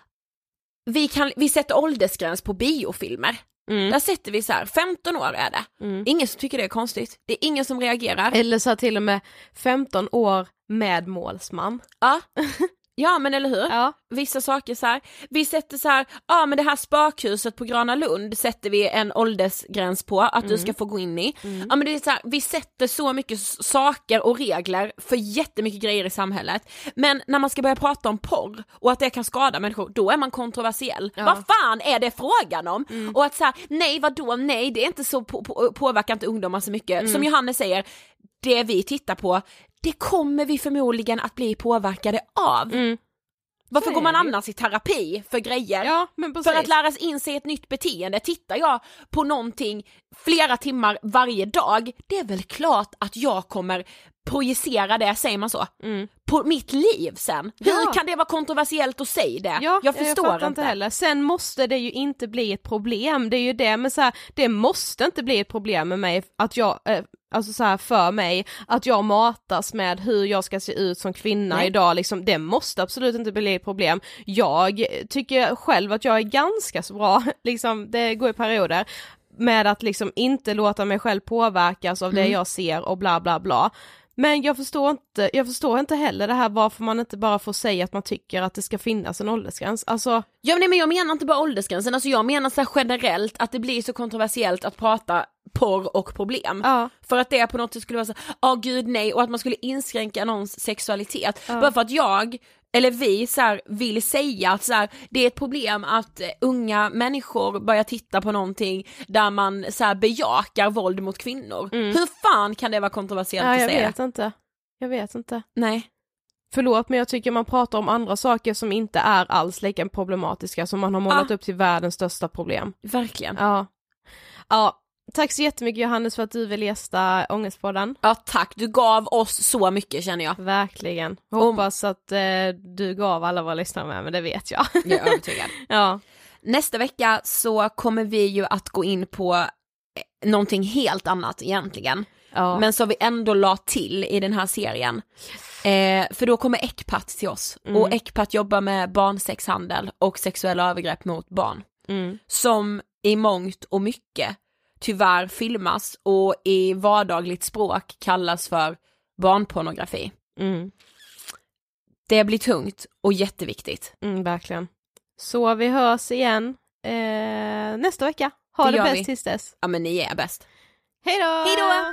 Vi kan, vi sätter åldersgräns på biofilmer.
Mm.
Där sätter vi så här, femton år är det.
Mm.
Ingen som tycker det är konstigt. Det är ingen som reagerar.
Eller så till och med femton år med målsman.
Ja. Ja men eller hur?
Ja.
Vissa saker så här. Vi sätter så här, ja men det här spökhuset på Gröna Lund sätter vi en åldersgräns på att
Mm.
du ska få gå in i.
Mm.
Ja men det är så här, vi sätter så mycket s- saker och regler för jättemycket grejer i samhället. Men när man ska börja prata om porr och att det kan skada människor, då är man kontroversiell.
Ja.
Vad fan är det frågan om?
Mm.
Och att så här, nej vadå, nej det är inte så, på, på, påverkar inte ungdomar så mycket.
Mm.
Som Johannes säger, det vi tittar på, det kommer vi förmodligen att bli påverkade av.
Mm.
Varför
Så
går
är
man
det.
annars i terapi för grejer?
Ja, men precis.
För att lära sig in sig ett nytt beteende. Tittar jag på någonting flera timmar varje dag, det är väl klart att jag kommer projicera det, säger man så,
Mm.
på mitt liv sen. Hur
Ja.
kan det vara kontroversiellt att säga det?
Ja,
jag förstår
fattar
inte.
heller. Sen måste det ju inte bli ett problem. Det är ju det, men så här, det måste inte bli ett problem med mig att jag, eh, alltså så här för mig, att jag matas med hur jag ska se ut som kvinna
Nej.
idag, liksom, det måste absolut inte bli ett problem. Jag tycker själv att jag är ganska så bra, liksom, det går i perioder, med att liksom inte låta mig själv påverkas av det
Mm.
jag ser och bla bla bla. Men jag förstår inte, jag förstår inte heller det här varför man inte bara får säga att man tycker att det ska finnas en åldersgräns. Alltså...
Ja men, men jag menar inte bara åldersgränsen, alltså jag menar så här generellt att det blir så kontroversiellt att prata porr och problem.
Ja.
För att det på något sätt skulle vara så, ja oh, gud nej, och att man skulle inskränka någons sexualitet.
Ja.
Bara för att jag eller vi så här, vill säga att så här, det är ett problem att eh, unga människor börjar titta på någonting där man så här, bejakar våld mot kvinnor. Mm. Hur fan kan det vara kontroversiellt
ja,
att
jag
säga?
Jag vet inte. Jag vet inte.
Nej.
Förlåt, men jag tycker man pratar om andra saker som inte är alls lika problematiska, som man har målat ah. upp till världens största problem.
Verkligen.
Ja. Ja. Tack så jättemycket Johannes för att du vill gästa Ångestpodden.
Ja tack, du gav oss så mycket känner jag.
Verkligen. Hoppas Om... att eh, du gav alla våra lyssnare med, men det vet jag.
Jag är övertygad.
Ja.
Nästa vecka så kommer vi ju att gå in på någonting helt annat egentligen. Ja. Men som vi ändå la till i den här serien. Eh, för då kommer Ecpat till oss. Mm. Och Ecpat jobbar med barnsexhandel och sexuella övergrepp mot barn. Mm. Som i mångt och mycket tyvärr filmas och i vardagligt språk kallas för barnpornografi. Mm. Det blir tungt och jätteviktigt.
Mm, verkligen. Så vi hörs igen eh, nästa vecka. Ha det, det bäst tills dess.
Ja men ni är bäst.
Hej då!
Hej då!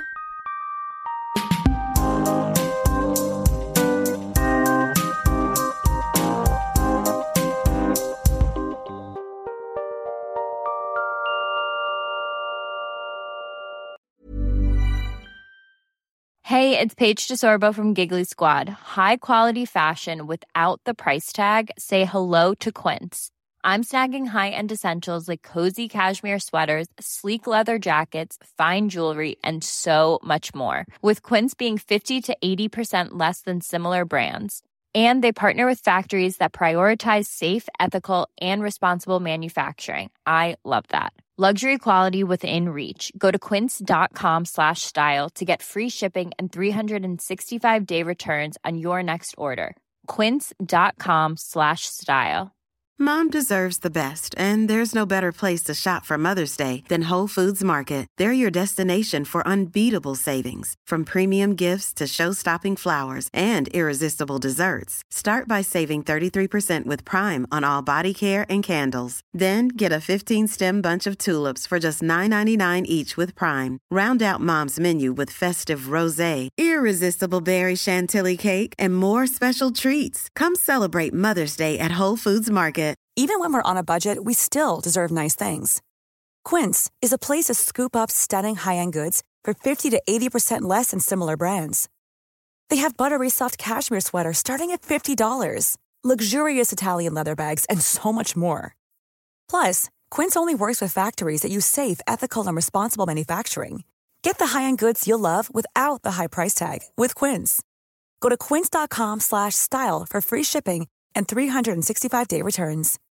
Hey, it's Paige DeSorbo from Giggly Squad. High quality fashion without the price tag. Say hello to Quince. I'm snagging high-end essentials like cozy cashmere sweaters, sleek leather jackets, fine jewelry, and so much more. With Quince being fifty to eighty percent less than similar brands. And they partner with factories that prioritize safe, ethical, and responsible manufacturing. I love that. Luxury quality within reach. Go to quince.com slash style to get free shipping and three sixty-five day returns on your next order. Quince.com slash style.
Mom deserves the best, and there's no better place to shop for Mother's Day than Whole Foods Market. They're your destination for unbeatable savings, from premium gifts to show-stopping flowers and irresistible desserts. Start by saving thirty-three percent with Prime on all body care and candles. Then get a fifteen-stem bunch of tulips for just nine ninety-nine each with Prime. Round out Mom's menu with festive rosé, irresistible berry chantilly cake, and more special treats. Come celebrate Mother's Day at Whole Foods Market.
Even when we're on a budget, we still deserve nice things. Quince is a place to scoop up stunning high-end goods for fifty to eighty percent less than similar brands. They have buttery soft cashmere sweaters starting at fifty dollars, luxurious Italian leather bags, and so much more. Plus, Quince only works with factories that use safe, ethical, and responsible manufacturing. Get the high-end goods you'll love without the high price tag with Quince. Go to quince.com slash style for free shipping and three sixty-five day returns.